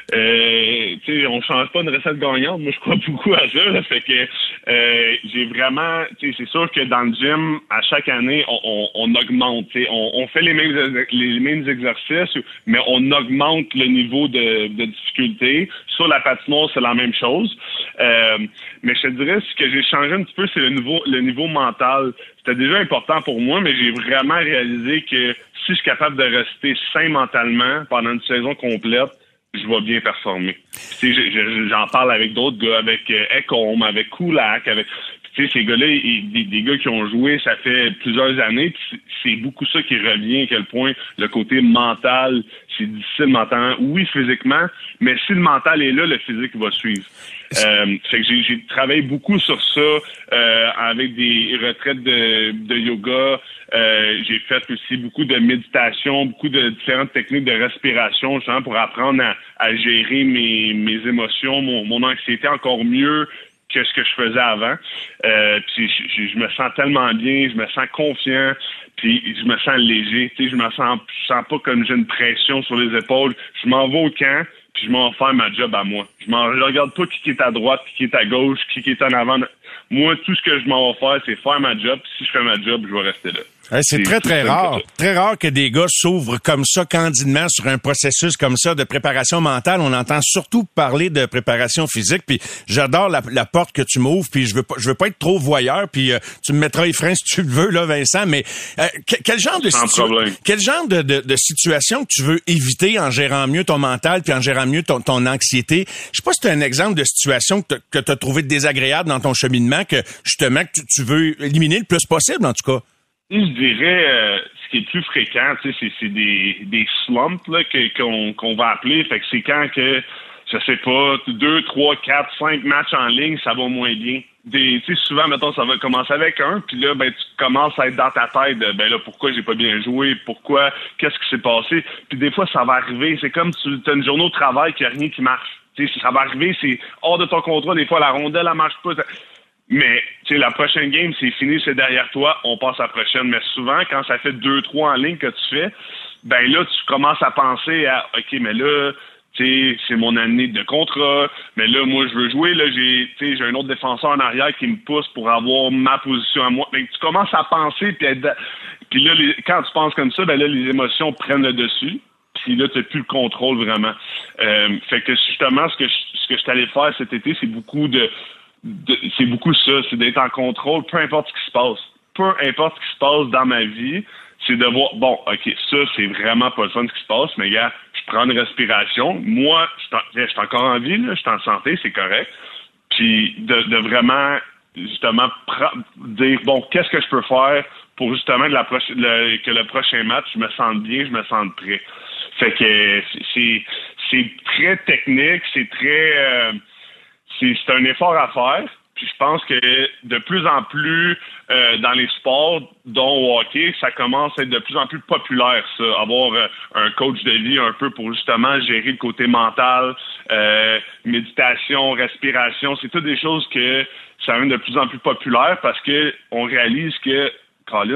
Euh, tu sais, on change pas une recette gagnante. Moi, je crois beaucoup à ça. Là, fait que euh, j'ai vraiment... Tu sais, c'est sûr que dans le gym, à chaque année, on, on, on augmente. Tu sais, on, on fait les mêmes les mêmes exercices, mais on augmente le niveau de, de difficulté. Sur la patinoire, c'est la même chose. Euh, mais je te dirais, ce que j'ai changé un petit peu, c'est le niveau le niveau mental. C'était déjà important pour moi, mais j'ai vraiment réalisé que si je suis capable de rester sain mentalement pendant une saison complète, je vais bien performer. Tu sais, j'en parle avec d'autres gars, avec euh, Ekholm, avec Kulak, avec tu sais, ces gars-là, ils, des, des gars qui ont joué, ça fait plusieurs années, puis c'est beaucoup ça qui revient, à quel point le côté mental, c'est difficile mentalement. Oui, physiquement, mais si le mental est là, le physique va suivre. Euh, fait que j'ai, j'ai travaillé beaucoup sur ça, euh, avec des retraites de, de yoga. Euh, j'ai fait aussi beaucoup de méditation, beaucoup de différentes techniques de respiration, justement, pour apprendre à, à gérer mes, mes émotions, mon, mon anxiété encore mieux que ce que je faisais avant. Euh, puis je, je me sens tellement bien, je me sens confiant, puis je me sens léger. Tu sais, je me sens, je sens pas comme j'ai une pression sur les épaules. Je m'en vais au camp, puis je m'en vais faire ma job à moi. Je m'en, je regarde pas qui est à droite, qui est à gauche, qui est en avant. Moi, tout ce que je m'en vais faire, c'est faire ma job. Puis si je fais ma job, je vais rester là. Hey, c'est, c'est très, très rare. Très rare que des gars s'ouvrent comme ça, candidement, sur un processus comme ça de préparation mentale. On entend surtout parler de préparation physique. Puis j'adore la, la porte que tu m'ouvres. Puis je veux pas, je veux pas être trop voyeur. Puis euh, tu me mettras les freins si tu le veux, là, Vincent. Mais euh, que, quel genre de situ- quel genre de, de, de situation que tu veux éviter en gérant mieux ton mental puis en gérant mieux ton, ton anxiété? Je sais pas si tu as un exemple de situation que tu as trouvé désagréable dans ton cheminement, que justement que tu, tu veux éliminer le plus possible, en tout cas. Je dirais, euh, ce qui est plus fréquent, tu sais, c'est, c'est des, des slumps là, que, qu'on, qu'on va appeler. Fait que c'est quand que, je sais pas, deux, trois, quatre, cinq matchs en ligne, ça va moins bien. Des, tu sais, souvent, mettons, ça va commencer avec un, puis là, ben, tu commences à être dans ta tête, de, ben là, pourquoi j'ai pas bien joué, pourquoi, qu'est-ce qui s'est passé. Puis des fois, ça va arriver. C'est comme tu as une journée au travail qu'il n'y a rien qui marche. Tu sais, ça va arriver, c'est hors de ton contrôle. Des fois, la rondelle, elle marche pas. Mais, tu sais, la prochaine game, c'est fini, c'est derrière toi, on passe à la prochaine. Mais souvent, quand ça fait deux, trois en ligne que tu fais, ben là, tu commences à penser à, OK, mais là, tu sais, c'est mon année de contrat, mais là, moi, je veux jouer, là, j'ai, tu sais, j'ai un autre défenseur en arrière qui me pousse pour avoir ma position à moi. Ben, tu commences à penser, puis, puis là, les, quand tu penses comme ça, ben là, les émotions prennent le dessus. Puis là, tu n'as plus le contrôle vraiment. Euh, fait que justement, ce que je, ce que je suis allé faire cet été, c'est beaucoup de De, c'est beaucoup ça, c'est d'être en contrôle, peu importe ce qui se passe. Peu importe ce qui se passe dans ma vie, c'est de voir, bon, OK, ça, c'est vraiment pas le fun ce qui se passe, mais gars, je prends une respiration. Moi, je suis encore en vie, là, je suis en santé, c'est correct. Puis de, de vraiment, justement, pra- dire, bon, qu'est-ce que je peux faire pour justement que, la proche- le, que le prochain match, je me sente bien, je me sente prêt. Fait que c'est, c'est très technique, c'est très... Euh, C'est, c'est un effort à faire, puis je pense que de plus en plus euh, dans les sports, dont au hockey, ça commence à être de plus en plus populaire, ça, avoir euh, un coach de vie un peu pour justement gérer le côté mental, euh, méditation, respiration, c'est toutes des choses que ça devient de plus en plus populaire parce que on réalise que, Colin,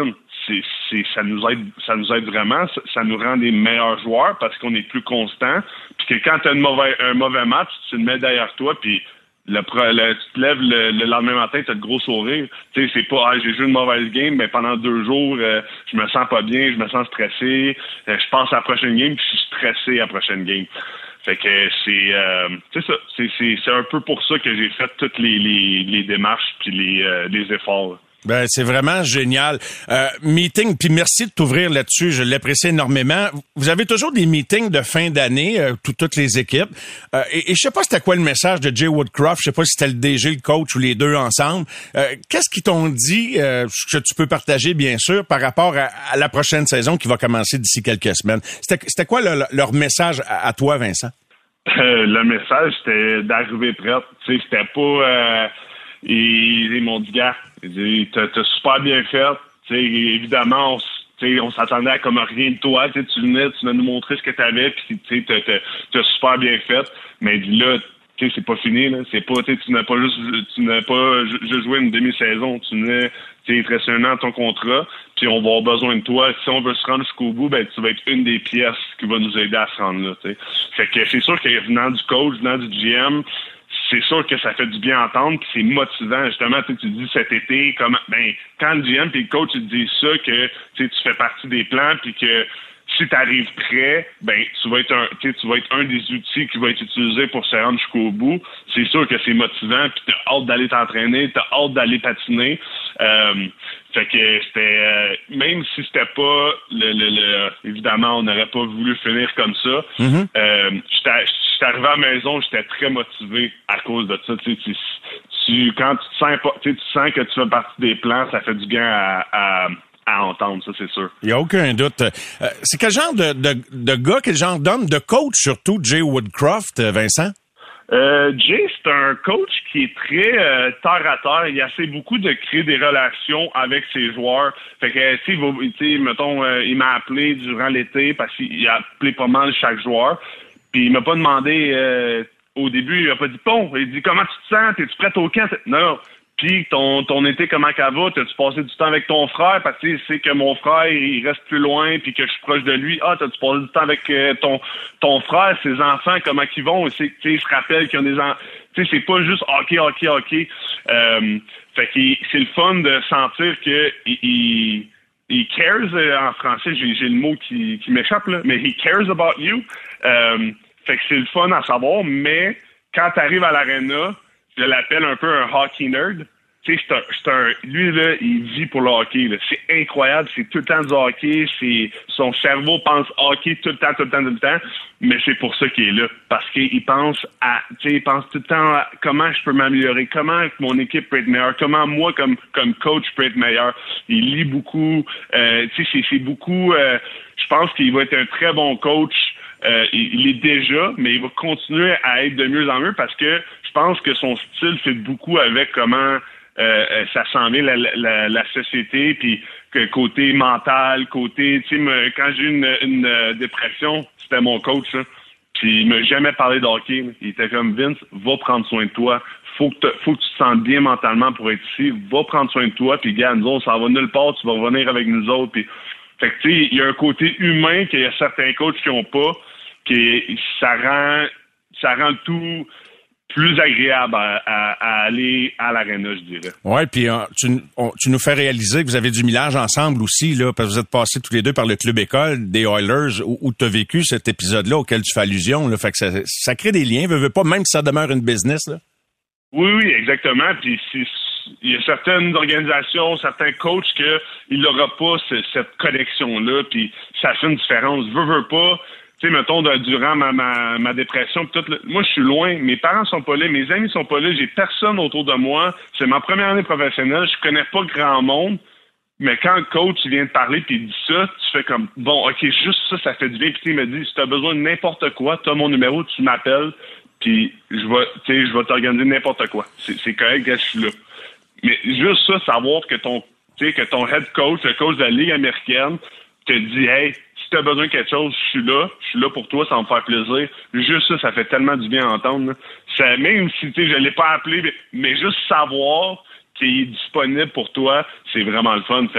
c'est, c'est, ça nous aide, ça nous aide vraiment. Ça, ça nous rend des meilleurs joueurs parce qu'on est plus constant. Puis que quand t'as une mauvaise, un mauvais match, tu le mets derrière toi, puis le, le, tu te lèves le, le lendemain matin, t'as le gros sourire. Tu sais, c'est pas, ah, j'ai joué une mauvaise game, mais pendant deux jours, euh, je me sens pas bien, je me sens stressé. Euh, je pense à la prochaine game, puis je suis stressé à la prochaine game. Fait que c'est, euh, c'est ça. C'est, c'est, c'est un peu pour ça que j'ai fait toutes les, les, les démarches puis les, euh, les efforts. Ben, c'est vraiment génial. Euh, meeting, puis merci de t'ouvrir là-dessus, je l'apprécie énormément. Vous avez toujours des meetings de fin d'année, euh, tout, toutes les équipes. Euh, et, et je sais pas c'était quoi le message de Jay Woodcroft, je sais pas si c'était le D G, le coach ou les deux ensemble. Euh, qu'est-ce qu'ils t'ont dit, euh, que tu peux partager bien sûr, par rapport à, à la prochaine saison qui va commencer d'ici quelques semaines? C'était, c'était quoi le, leur message à, à toi, Vincent? Euh, le message, c'était d'arriver prête. Tu sais, c'était pas... Euh... Ils, ils m'ont dit, gars, t'as, t'as super bien fait. T'sais, évidemment, on, t'sais, on s'attendait à comme rien de toi. T'sais, tu venais, tu venais nous montrer ce que t'avais, puis t'as, t'as, t'as super bien fait. Mais là, t'sais, c'est pas fini. Là. C'est pas, tu n'as pas juste, tu n'as pas juste joué une demi-saison. Tu n'es, il te reste un an à ton contrat, puis on va avoir besoin de toi. Si on veut se rendre jusqu'au bout, ben tu vas être une des pièces qui va nous aider à se rendre là. T'sais. Fait que c'est sûr que venant du coach, venant du G M, c'est sûr que ça fait du bien à entendre, puis c'est motivant. Justement, tu dis cet été, comment, ben, quand le G M et le coach te disent ça, que tu fais partie des plans, puis que si tu arrives prêt, ben tu vas être un, tu vas être un des outils qui va être utilisé pour se rendre jusqu'au bout. C'est sûr que c'est motivant, puis t'as hâte d'aller t'entraîner, t'as hâte d'aller patiner. Euh, fait que c'était, euh, même si c'était pas le, le, le évidemment, on n'aurait pas voulu finir comme ça. Mm-hmm. Euh, j'étais, j'étais arrivé à la maison, j'étais très motivé à cause de ça. Tu, tu, tu quand tu te sens pas, tu sens que tu fais partie des plans, ça fait du bien à, à à entendre, ça, c'est sûr. Il n'y a aucun doute. Euh, c'est quel genre de, de, de gars, quel genre d'homme, de coach surtout, Jay Woodcroft, Vincent? Euh, Jay, c'est un coach qui est très euh, terre à terre. Il essaie beaucoup de créer des relations avec ses joueurs. Fait que, tu sais, mettons, euh, il m'a appelé durant l'été parce qu'il a appelé pas mal chaque joueur. Puis il m'a pas demandé, euh, au début, il a pas dit, bon, il dit, comment tu te sens? T'es-tu prête au camp? Non. Puis ton ton été, comment qu'elle va? T'as-tu passé du temps avec ton frère? Parce que c'est que mon frère, il reste plus loin puis que je suis proche de lui. Ah, t'as-tu passé du temps avec euh, ton ton frère, ses enfants, comment qu'ils vont? C'est, ils se rappellent qu'ils ont des enfants. Tu sais, c'est pas juste hockey, hockey, hockey. Euh, fait que c'est le fun de sentir que il, il, il cares, en français, j'ai, j'ai le mot qui, qui m'échappe, là, mais he cares about you. Euh, fait que c'est le fun à savoir, mais quand t'arrives à l'aréna, je l'appelle un peu un hockey nerd. Tu sais, c'est un, c'est un, lui, là, il vit pour le hockey, là. C'est incroyable. C'est tout le temps du hockey. C'est, son cerveau pense hockey tout le temps, tout le temps, tout le temps. Mais c'est pour ça qu'il est là. Parce qu'il pense à, tu sais, il pense tout le temps à comment je peux m'améliorer, comment mon équipe peut être meilleure, comment moi, comme, comme coach, peux être meilleur. Il lit beaucoup. Euh, tu sais, c'est, c'est beaucoup, euh, je pense qu'il va être un très bon coach. Euh, il, il est déjà, mais il va continuer à être de mieux en mieux parce que je pense que son style fait beaucoup avec comment euh, ça s'en vient la, la, la société, puis que côté mental, côté, tu sais, quand j'ai eu une, une dépression, c'était mon coach, là. Puis il m'a jamais parlé de hockey. Il était comme, Vince, va prendre soin de toi. Faut que, te, faut que tu te sentes bien mentalement pour être ici. Va prendre soin de toi. Puis gars, nous autres, ça va nulle part. Tu vas revenir avec nous autres. Puis, fait que tu sais, il y a un côté humain qu'il y a certains coachs qui ont pas, qui ça rend, ça rend le tout plus agréable à, à, à aller à l'aréna, je dirais. Ouais, puis euh, tu, on, tu nous fais réaliser que vous avez du millage ensemble aussi, là, parce que vous êtes passés tous les deux par le club école des Oilers, où, où tu as vécu cet épisode-là auquel tu fais allusion, là, fait que ça, ça crée des liens, veux, veux pas, même si ça demeure une business, là. Oui, oui, exactement, puis c'est, il y a certaines organisations, certains coachs que il n'aura pas ce, cette connexion-là, puis ça fait une différence. Veux, veux pas. Tu sais, mettons, de, durant ma, ma, ma dépression, pis tout, là, moi, je suis loin, mes parents sont pas là, mes amis sont pas là, j'ai personne autour de moi, c'est ma première année professionnelle, je connais pas grand monde, mais quand le coach il vient de parler pis il dit ça, tu fais comme, bon, ok, juste ça, ça fait du bien, pis il me dit, si t'as besoin de n'importe quoi, t'as mon numéro, tu m'appelles, puis je vais, tu sais, je vais t'organiser n'importe quoi. C'est, c'est correct que je suis là. Mais juste ça, savoir que ton, tu sais, que ton head coach, le coach de la Ligue américaine, te dit, hey, si t'as besoin de quelque chose, je suis là, je suis là pour toi, ça va me faire plaisir. Juste ça, ça fait tellement du bien à entendre, là. Ça, même si, tu sais, je l'ai pas appelé, mais, mais juste savoir qu'il est disponible pour toi, c'est vraiment le fun. Fait que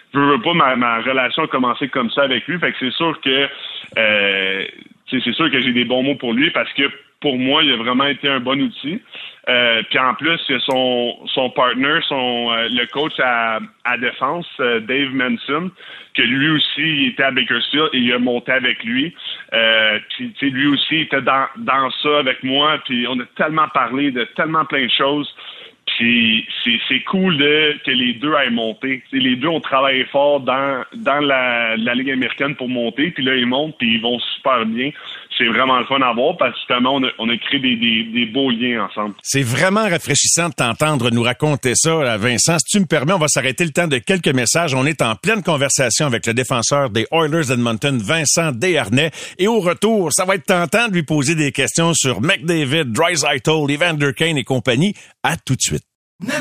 je veux pas, ma, ma relation a commencé comme ça avec lui. Fait que c'est sûr que euh, c'est sûr que j'ai des bons mots pour lui parce que pour moi, il a vraiment été un bon outil. Euh, puis en plus, il y a son, son partner, son euh, le coach à, à défense, euh, Dave Manson, que lui aussi, il était à Bakersfield et il a monté avec lui. Euh, puis tu sais, lui aussi, il était dans, dans ça avec moi. Puis on a tellement parlé de tellement plein de choses. Puis c'est, c'est cool de, que les deux aient monté. T'sais, les deux ont travaillé fort dans, dans la, la Ligue américaine pour monter. Puis là, ils montent, puis ils vont super bien. C'est vraiment le fun à voir parce que justement, on a, on a créé des, des, des beaux liens ensemble. C'est vraiment rafraîchissant de t'entendre nous raconter ça, Vincent. Si tu me permets, on va s'arrêter le temps de quelques messages. On est en pleine conversation avec le défenseur des Oilers d'Edmonton, Vincent Desharnais. Et au retour, ça va être tentant de lui poser des questions sur McDavid, Draisaitl, Evander Kane et compagnie. À tout de suite.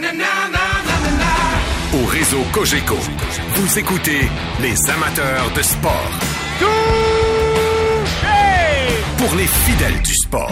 Au réseau Cogeco, vous écoutez les amateurs de sport. Pour les fidèles du sport.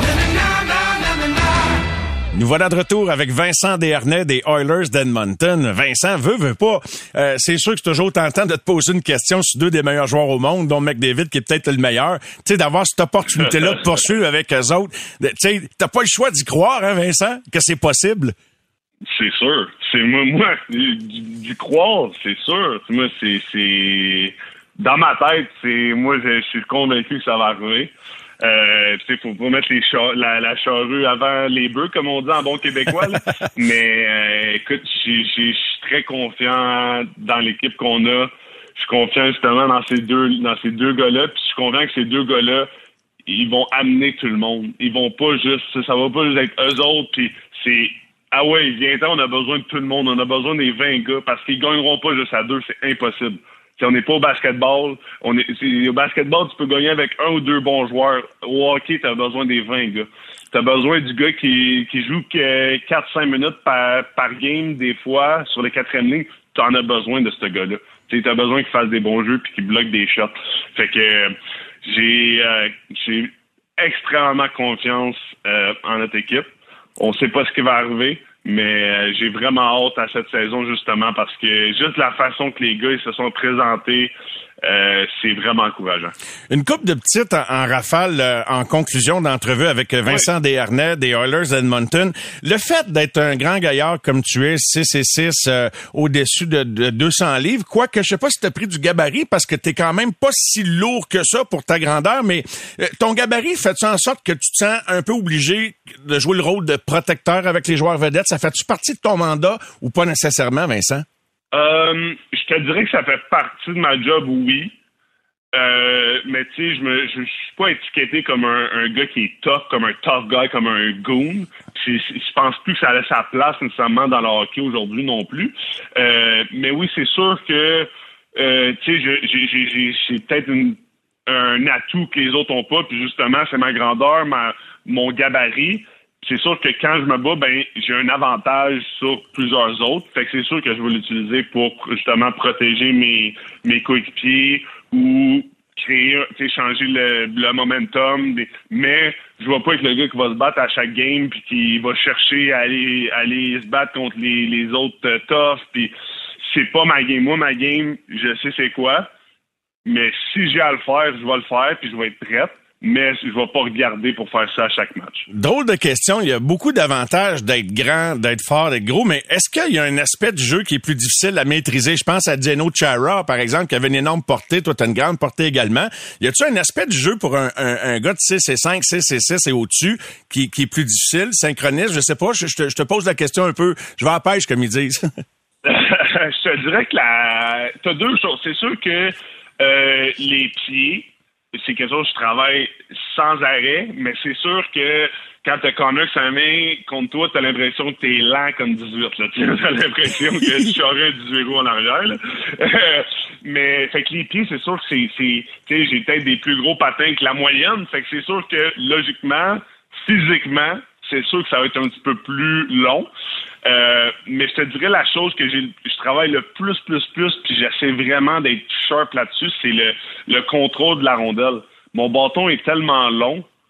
Nous voilà de retour avec Vincent Desharnais des Oilers d'Edmonton. Vincent, veut, veut pas. Euh, c'est sûr que c'est toujours tentant de te poser une question sur deux des meilleurs joueurs au monde, dont McDavid, qui est peut-être le meilleur. Tu sais, d'avoir cette opportunité-là de poursuivre avec eux autres. Tu sais, t'as pas le choix d'y croire, hein, Vincent, que c'est possible? C'est sûr. C'est moi, moi d'y croire, c'est sûr. Moi, c'est, c'est dans ma tête, c'est moi, je, je suis convaincu que ça va arriver. Euh, tu sais, faut pas mettre les char- la, la charrue avant les bœufs, comme on dit en bon québécois. Là. Mais euh, écoute, je suis très confiant dans l'équipe qu'on a. Je suis confiant justement dans ces deux, dans ces deux gars-là. Puis je suis confiant que ces deux gars-là, ils vont amener tout le monde. Ils vont pas juste, ça va pas juste être eux autres. Puis c'est ah ouais, viens-t'en, on a besoin de tout le monde. On a besoin des vingt gars parce qu'ils gagneront pas juste à deux, c'est impossible. T'sais, on n'est pas au basketball. On est, au basketball, tu peux gagner avec un ou deux bons joueurs. Au hockey, tu as besoin des vingt gars. Tu as besoin du gars qui, qui joue que quatre cinq minutes par, par game, des fois, sur les quatrième ligne. Tu en as besoin de ce gars-là. Tu as besoin qu'il fasse des bons jeux puis qu'il bloque des shots. Fait que euh, j'ai, euh, j'ai extrêmement confiance euh, en notre équipe. On sait pas ce qui va arriver. Mais euh, j'ai vraiment hâte à cette saison justement parce que juste la façon que les gars ils se sont présentés, euh, c'est vraiment encourageant. Une couple de petites en, en rafale euh, en conclusion d'entrevue avec Vincent oui. Desharnais des Oilers d'Edmonton. Le fait d'être un grand gaillard comme tu es, six et six, euh, au-dessus de, de deux cents livres, quoique je sais pas si tu as pris du gabarit parce que t'es quand même pas si lourd que ça pour ta grandeur, mais euh, ton gabarit fait-tu en sorte que tu te sens un peu obligé de jouer le rôle de protecteur avec les joueurs vedettes? Ça fait-tu partie de ton mandat ou pas nécessairement, Vincent? Euh, je te dirais que ça fait partie de ma job, oui. Euh, mais tu sais, je me, je, je suis pas étiqueté comme un, un gars qui est tough, comme un tough guy, comme un goon. Je, je pense plus que ça a sa place nécessairement dans le hockey aujourd'hui non plus. Euh, mais oui, c'est sûr que euh, tu sais, j'ai, j'ai, j'ai, j'ai peut-être une, un atout que les autres ont pas. Puis justement, c'est ma grandeur, ma, mon gabarit. C'est sûr que quand je me bats, ben j'ai un avantage sur plusieurs autres. Fait que c'est sûr que je vais l'utiliser pour justement protéger mes mes coéquipiers ou créer, tu sais, changer le, le momentum. Des, mais je vais pas être le gars qui va se battre à chaque game puis qui va chercher à aller à aller se battre contre les les autres euh, toughs. Puis c'est pas ma game. Moi, ma game, je sais c'est quoi. Mais si j'ai à le faire, je vais le faire puis je vais être prête. Mais je vais pas regarder pour faire ça à chaque match. Drôle de question. Il y a beaucoup d'avantages d'être grand, d'être fort, d'être gros, mais est-ce qu'il y a un aspect du jeu qui est plus difficile à maîtriser? Je pense à Zdeno Chara, par exemple, qui avait une énorme portée. Toi, tu as une grande portée également. Y a-tu un aspect du jeu pour un, un, un gars de six et cinq, six et six et au-dessus qui, qui est plus difficile, synchroniste? Je sais pas. Je, je, te, je te pose la question un peu. Je vais à la pêche, comme ils disent. Je te dirais que la... t'as deux choses. C'est sûr que euh, les pieds, c'est quelque chose que je travaille sans arrêt, mais c'est sûr que quand t'as Connor sa main contre toi, t'as l'impression que t'es lent comme dix-huit, là. T'as l'impression que tu aurais un dix-huit roues en arrière, là. Mais, fait que les pieds, c'est sûr que c'est, c'est, tu sais, j'ai peut-être des plus gros patins que la moyenne. Fait que c'est sûr que, logiquement, physiquement, c'est sûr que ça va être un petit peu plus long. Euh, mais je te dirais la chose que j'ai, je travaille le plus, plus, plus, puis j'essaie vraiment d'être sharp là-dessus, c'est le, le contrôle de la rondelle. Mon bâton est tellement long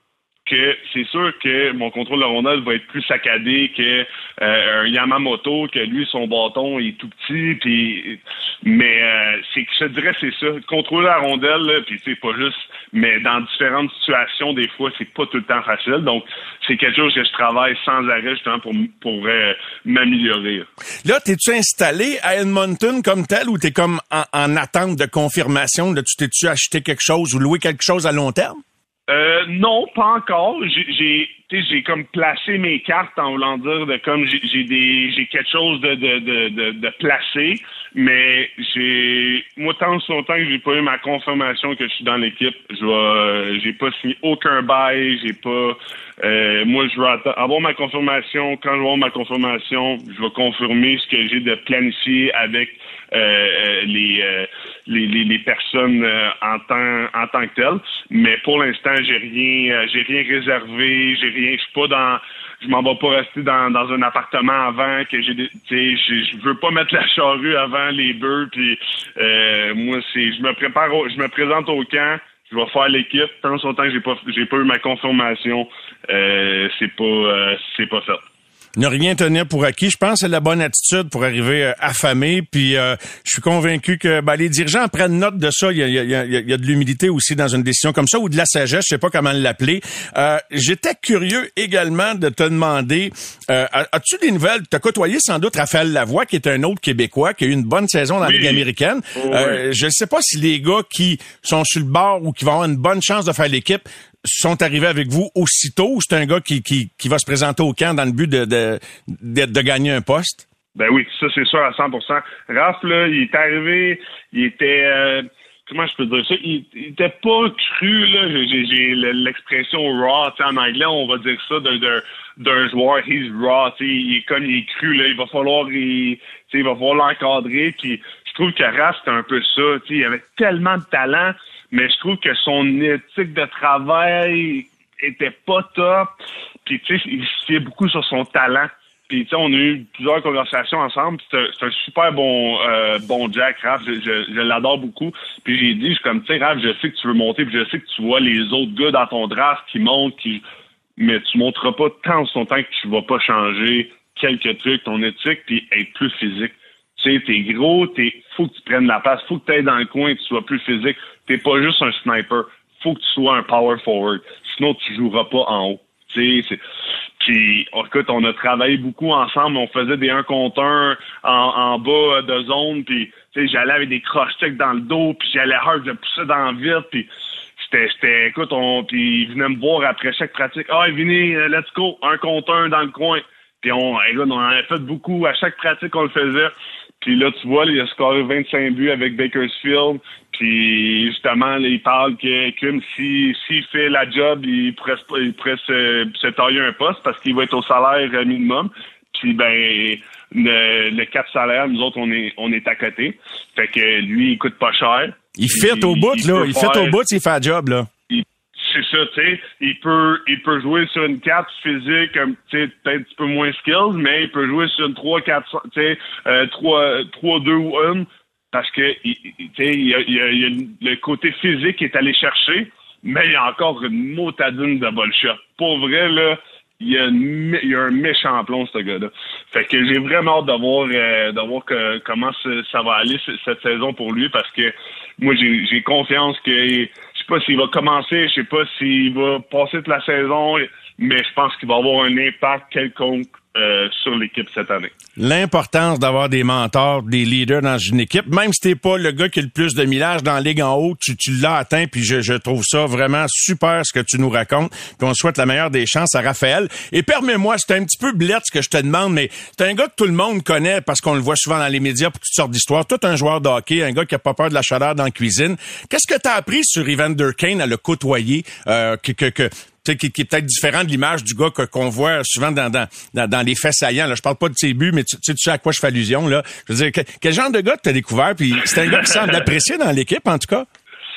que c'est sûr que mon contrôle de rondelle va être plus saccadé que euh, un Yamamoto, que lui, son bâton est tout petit, puis mais euh, c'est que je te dirais c'est ça. Contrôler la rondelle, là, puis c'est pas juste, mais dans différentes situations, des fois, c'est pas tout le temps facile. Donc, c'est quelque chose que je travaille sans arrêt justement pour, pour euh, m'améliorer. Là, t'es-tu installé à Edmonton comme tel ou t'es comme en, en attente de confirmation? Là, tu t'es-tu acheté quelque chose ou loué quelque chose à long terme? Euh, non, pas encore. J'ai, j'ai, tu sais, j'ai comme placé mes cartes en voulant dire de comme j'ai, j'ai des, j'ai quelque chose de de de de, de placé, mais j'ai, moi tant que longtemps que j'ai pas eu ma confirmation que je suis dans l'équipe, je vais, euh, j'ai pas signé aucun bail, j'ai pas, euh, moi je vais atta- avoir ma confirmation. Quand je vais avoir ma confirmation, je vais confirmer ce que j'ai de planifié avec euh, les, euh, les les les personnes euh, en tant en tant que telles. Mais pour l'instant, j'ai rien, euh, j'ai rien réservé, j'ai rien, je suis pas dans, je m'en vais pas rester dans, dans un appartement avant que j'ai, tu sais, je veux pas mettre la charrue avant les bœufs, puis euh, moi c'est, je me prépare, au, je me présente au camp, je vais faire l'équipe, tant son temps que j'ai pas, j'ai pas eu ma confirmation, euh, c'est pas, euh, c'est pas fait. Ne rien tenir pour acquis, je pense que c'est la bonne attitude pour arriver euh, affamé. Puis euh, je suis convaincu que ben, les dirigeants prennent note de ça. Il y a, il y a, il y a de l'humilité aussi dans une décision comme ça, ou de la sagesse, je sais pas comment l'appeler. Euh, j'étais curieux également de te demander, euh, as-tu des nouvelles? Tu as côtoyé sans doute Raphaël Lavoie, qui est un autre Québécois, qui a eu une bonne saison dans oui. la Ligue américaine. Oui. Euh, je ne sais pas si les gars qui sont sur le bord ou qui vont avoir une bonne chance de faire l'équipe sont arrivés avec vous aussitôt, ou c'est un gars qui, qui, qui va se présenter au camp dans le but de, de, de, de gagner un poste? Ben oui, ça c'est sûr à cent pour cent. Raph, là, il est arrivé, il était, euh, comment je peux dire ça, il, il était pas cru, là, j'ai, j'ai l'expression raw, tu sais, en anglais, on va dire ça d'un, d'un, d'un joueur, he's raw, tu sais, il est comme, il est cru, là, il va falloir, il, tu sais, il va falloir l'encadrer, puis je trouve que Raph, c'est un peu ça, tu sais, il avait tellement de talent, mais je trouve que son éthique de travail était pas top. Puis, tu sais, il se fiait beaucoup sur son talent. Puis, tu sais, on a eu plusieurs conversations ensemble. C'est un, c'est un super bon euh, bon Jack, Raph. Je, je, je l'adore beaucoup. Puis, j'ai dit, je suis comme, tu sais, Raph, je sais que tu veux monter, puis je sais que tu vois les autres gars dans ton draft qui montent, qui... mais tu monteras pas tant de son temps que tu vas pas changer quelques trucs, ton éthique, puis être plus physique. Tu sais, t'es gros, t'es, faut que tu prennes la place, faut que t'ailles dans le coin et que tu sois plus physique. T'es pas juste un sniper. Faut que tu sois un power forward. Sinon, tu joueras pas en haut. Tu sais, c'est... Puis, écoute, on a travaillé beaucoup ensemble. On faisait des un contre un en, en bas de zone. Puis, tu sais, j'allais avec des cross-checks dans le dos. Puis, j'allais hard, je poussais dans le vide. Puis, c'était, c'était, écoute, on, puis il venait me voir après chaque pratique. Ah, venez, let's go, un contre un dans le coin. Puis, on, écoute, on en avait fait beaucoup. À chaque pratique, on le faisait. Puis là, tu vois, il a scoré vingt-cinq buts avec Bakersfield. Puis justement, là, il parle que Kim, si, s'il fait la job, il pourrait, il pourrait se, se tailler un poste parce qu'il va être au salaire minimum. Puis ben, le, le cap salaire, nous autres, on est, on est à côté. Fait que lui, il coûte pas cher. Il fait au bout, là. Il fait au bout, il fait la job, là. C'est ça, tu sais, il peut, il peut jouer sur une quatre physique, tu sais, peut-être un petit peu moins skills, mais il peut jouer sur une trois quatre, tu sais, euh, trois deux ou un, parce que, tu sais, il y a, il y a, il y a le côté physique qui est allé chercher, mais il y a encore une motadine de bonne shot. Pour vrai, là, il y a, une, il y a un méchant plomb, ce gars-là. Fait que j'ai vraiment hâte de voir, euh, de voir que, comment ça, ça va aller cette saison pour lui, parce que moi, j'ai, j'ai confiance que, je sais pas s'il va commencer, je sais pas s'il va passer toute la saison, mais je pense qu'il va avoir un impact quelconque euh, sur l'équipe cette année. L'importance d'avoir des mentors, des leaders dans une équipe, même si t'es pas le gars qui a le plus de millage dans la ligue en haut, tu, tu l'as atteint, puis je, je trouve ça vraiment super ce que tu nous racontes, puis on souhaite la meilleure des chances à Raphaël. Et permets-moi, c'est un petit peu blette ce que je te demande, mais c'est un gars que tout le monde connaît parce qu'on le voit souvent dans les médias pour toutes sortes d'histoires, tout un joueur de hockey, un gars qui a pas peur de la chaleur dans la cuisine. Qu'est-ce que t'as appris sur Evander Kane à le côtoyer, euh, que, que, que Qui, qui est peut-être différent de l'image du gars que, qu'on voit souvent dans, dans, dans, dans les faits saillants. Là, je parle pas de ses buts, mais tu, tu, tu sais à quoi je fais allusion. Là. Je veux dire, que, quel genre de gars tu as découvert? Puis c'est un gars qui semble apprécié dans l'équipe, en tout cas.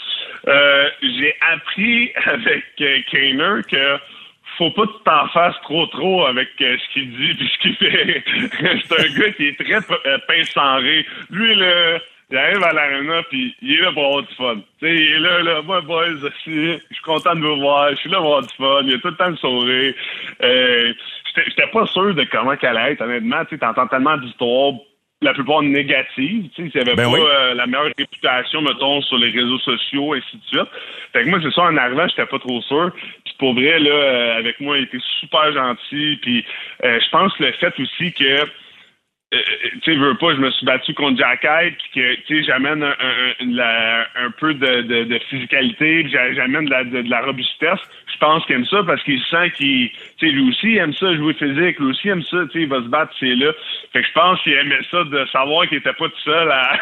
Euh, j'ai appris avec euh, Kaner que faut pas que tu t'en fasses trop trop avec euh, ce qu'il dit puis ce qu'il fait. C'est un gars qui est très euh, pince sans rire. Lui, là, J'arrive à l'aréna, puis il est là pour avoir du fun. Tu sais, il est là, là, moi, boys, je suis content de vous voir, je suis là pour avoir du fun, il a tout le temps le sourire. Euh, j'étais, j'étais pas sûr de comment qu'elle allait être, honnêtement. Tu sais, t'entends tellement d'histoires, la plupart négatives, tu sais, s'il y avait ben pas oui. euh, la meilleure réputation, mettons, sur les réseaux sociaux, ainsi de suite. Fait que moi, c'est ça, en arrivant, j'étais pas trop sûr. Puis pour vrai, là, euh, avec moi, il était super gentil. Puis euh, je pense que le fait aussi que Euh, tu sais, veux pas, je me suis battu contre Jack Hyde, puis que, tu sais, j'amène un, un, la, un peu de, de, de physicalité, puis j'amène de la, de, de la robustesse. Je pense qu'il aime ça parce qu'il sent qu'il, tu sais, lui aussi il aime ça, jouer physique, lui aussi aime ça, tu sais, il va se battre, c'est là. Fait que je pense qu'il aimait ça de savoir qu'il était pas tout seul à,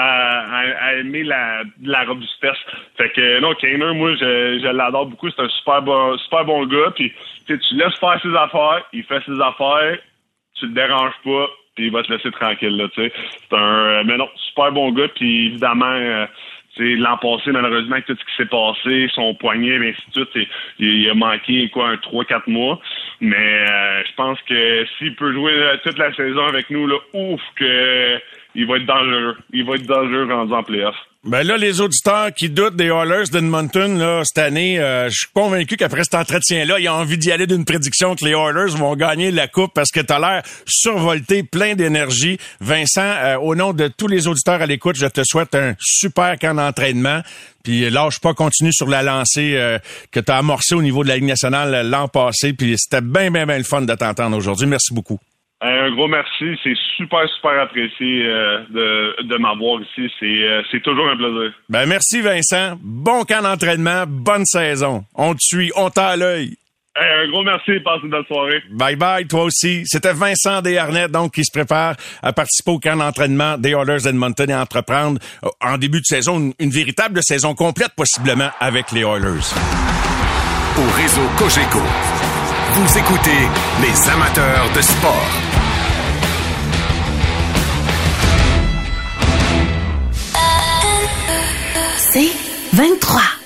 à, à aimer la, de la robustesse. Fait que, non, Kaner, moi, je, je l'adore beaucoup, c'est un super bon, super bon gars, puis tu sais, tu laisses faire ses affaires, il fait ses affaires, tu le déranges pas, puis il va te laisser tranquille, là, tu sais. C'est un... Mais non, super bon gars, puis évidemment, euh, tu sais, l'an passé, malheureusement, avec tout ce qui s'est passé, son poignet, et ainsi de suite, il, il a manqué, quoi, un trois quatre mois. Mais euh, je pense que s'il peut jouer euh, toute la saison avec nous, là, ouf, que il va être dangereux. Il va être dangereux rendu en playoff. Ben là, les auditeurs qui doutent des Oilers d'Edmonton là cette année, euh, je suis convaincu qu'après cet entretien-là, ils ont envie d'y aller d'une prédiction que les Oilers vont gagner la coupe parce que t'as l'air survolté, plein d'énergie. Vincent, euh, au nom de tous les auditeurs à l'écoute, je te souhaite un super camp d'entraînement. Puis lâche pas, continue sur la lancée euh, que t'as amorcée au niveau de la Ligue nationale l'an passé. Puis c'était bien, bien, bien le fun de t'entendre aujourd'hui. Merci beaucoup. Un gros merci, c'est super, super apprécié euh, de, de m'avoir ici. C'est, euh, c'est toujours un plaisir. Ben merci Vincent, bon camp d'entraînement, bonne saison. On te suit, on t'a à l'œil. Hey, un gros merci, passe une belle soirée. Bye bye, toi aussi. C'était Vincent Desharnais, donc, qui se prépare à participer au camp d'entraînement des Oilers d'Edmonton et à entreprendre euh, en début de saison une, une véritable saison complète, possiblement, avec les Oilers. Au réseau Cogeco, vous écoutez les amateurs de sport. C'est vingt-trois.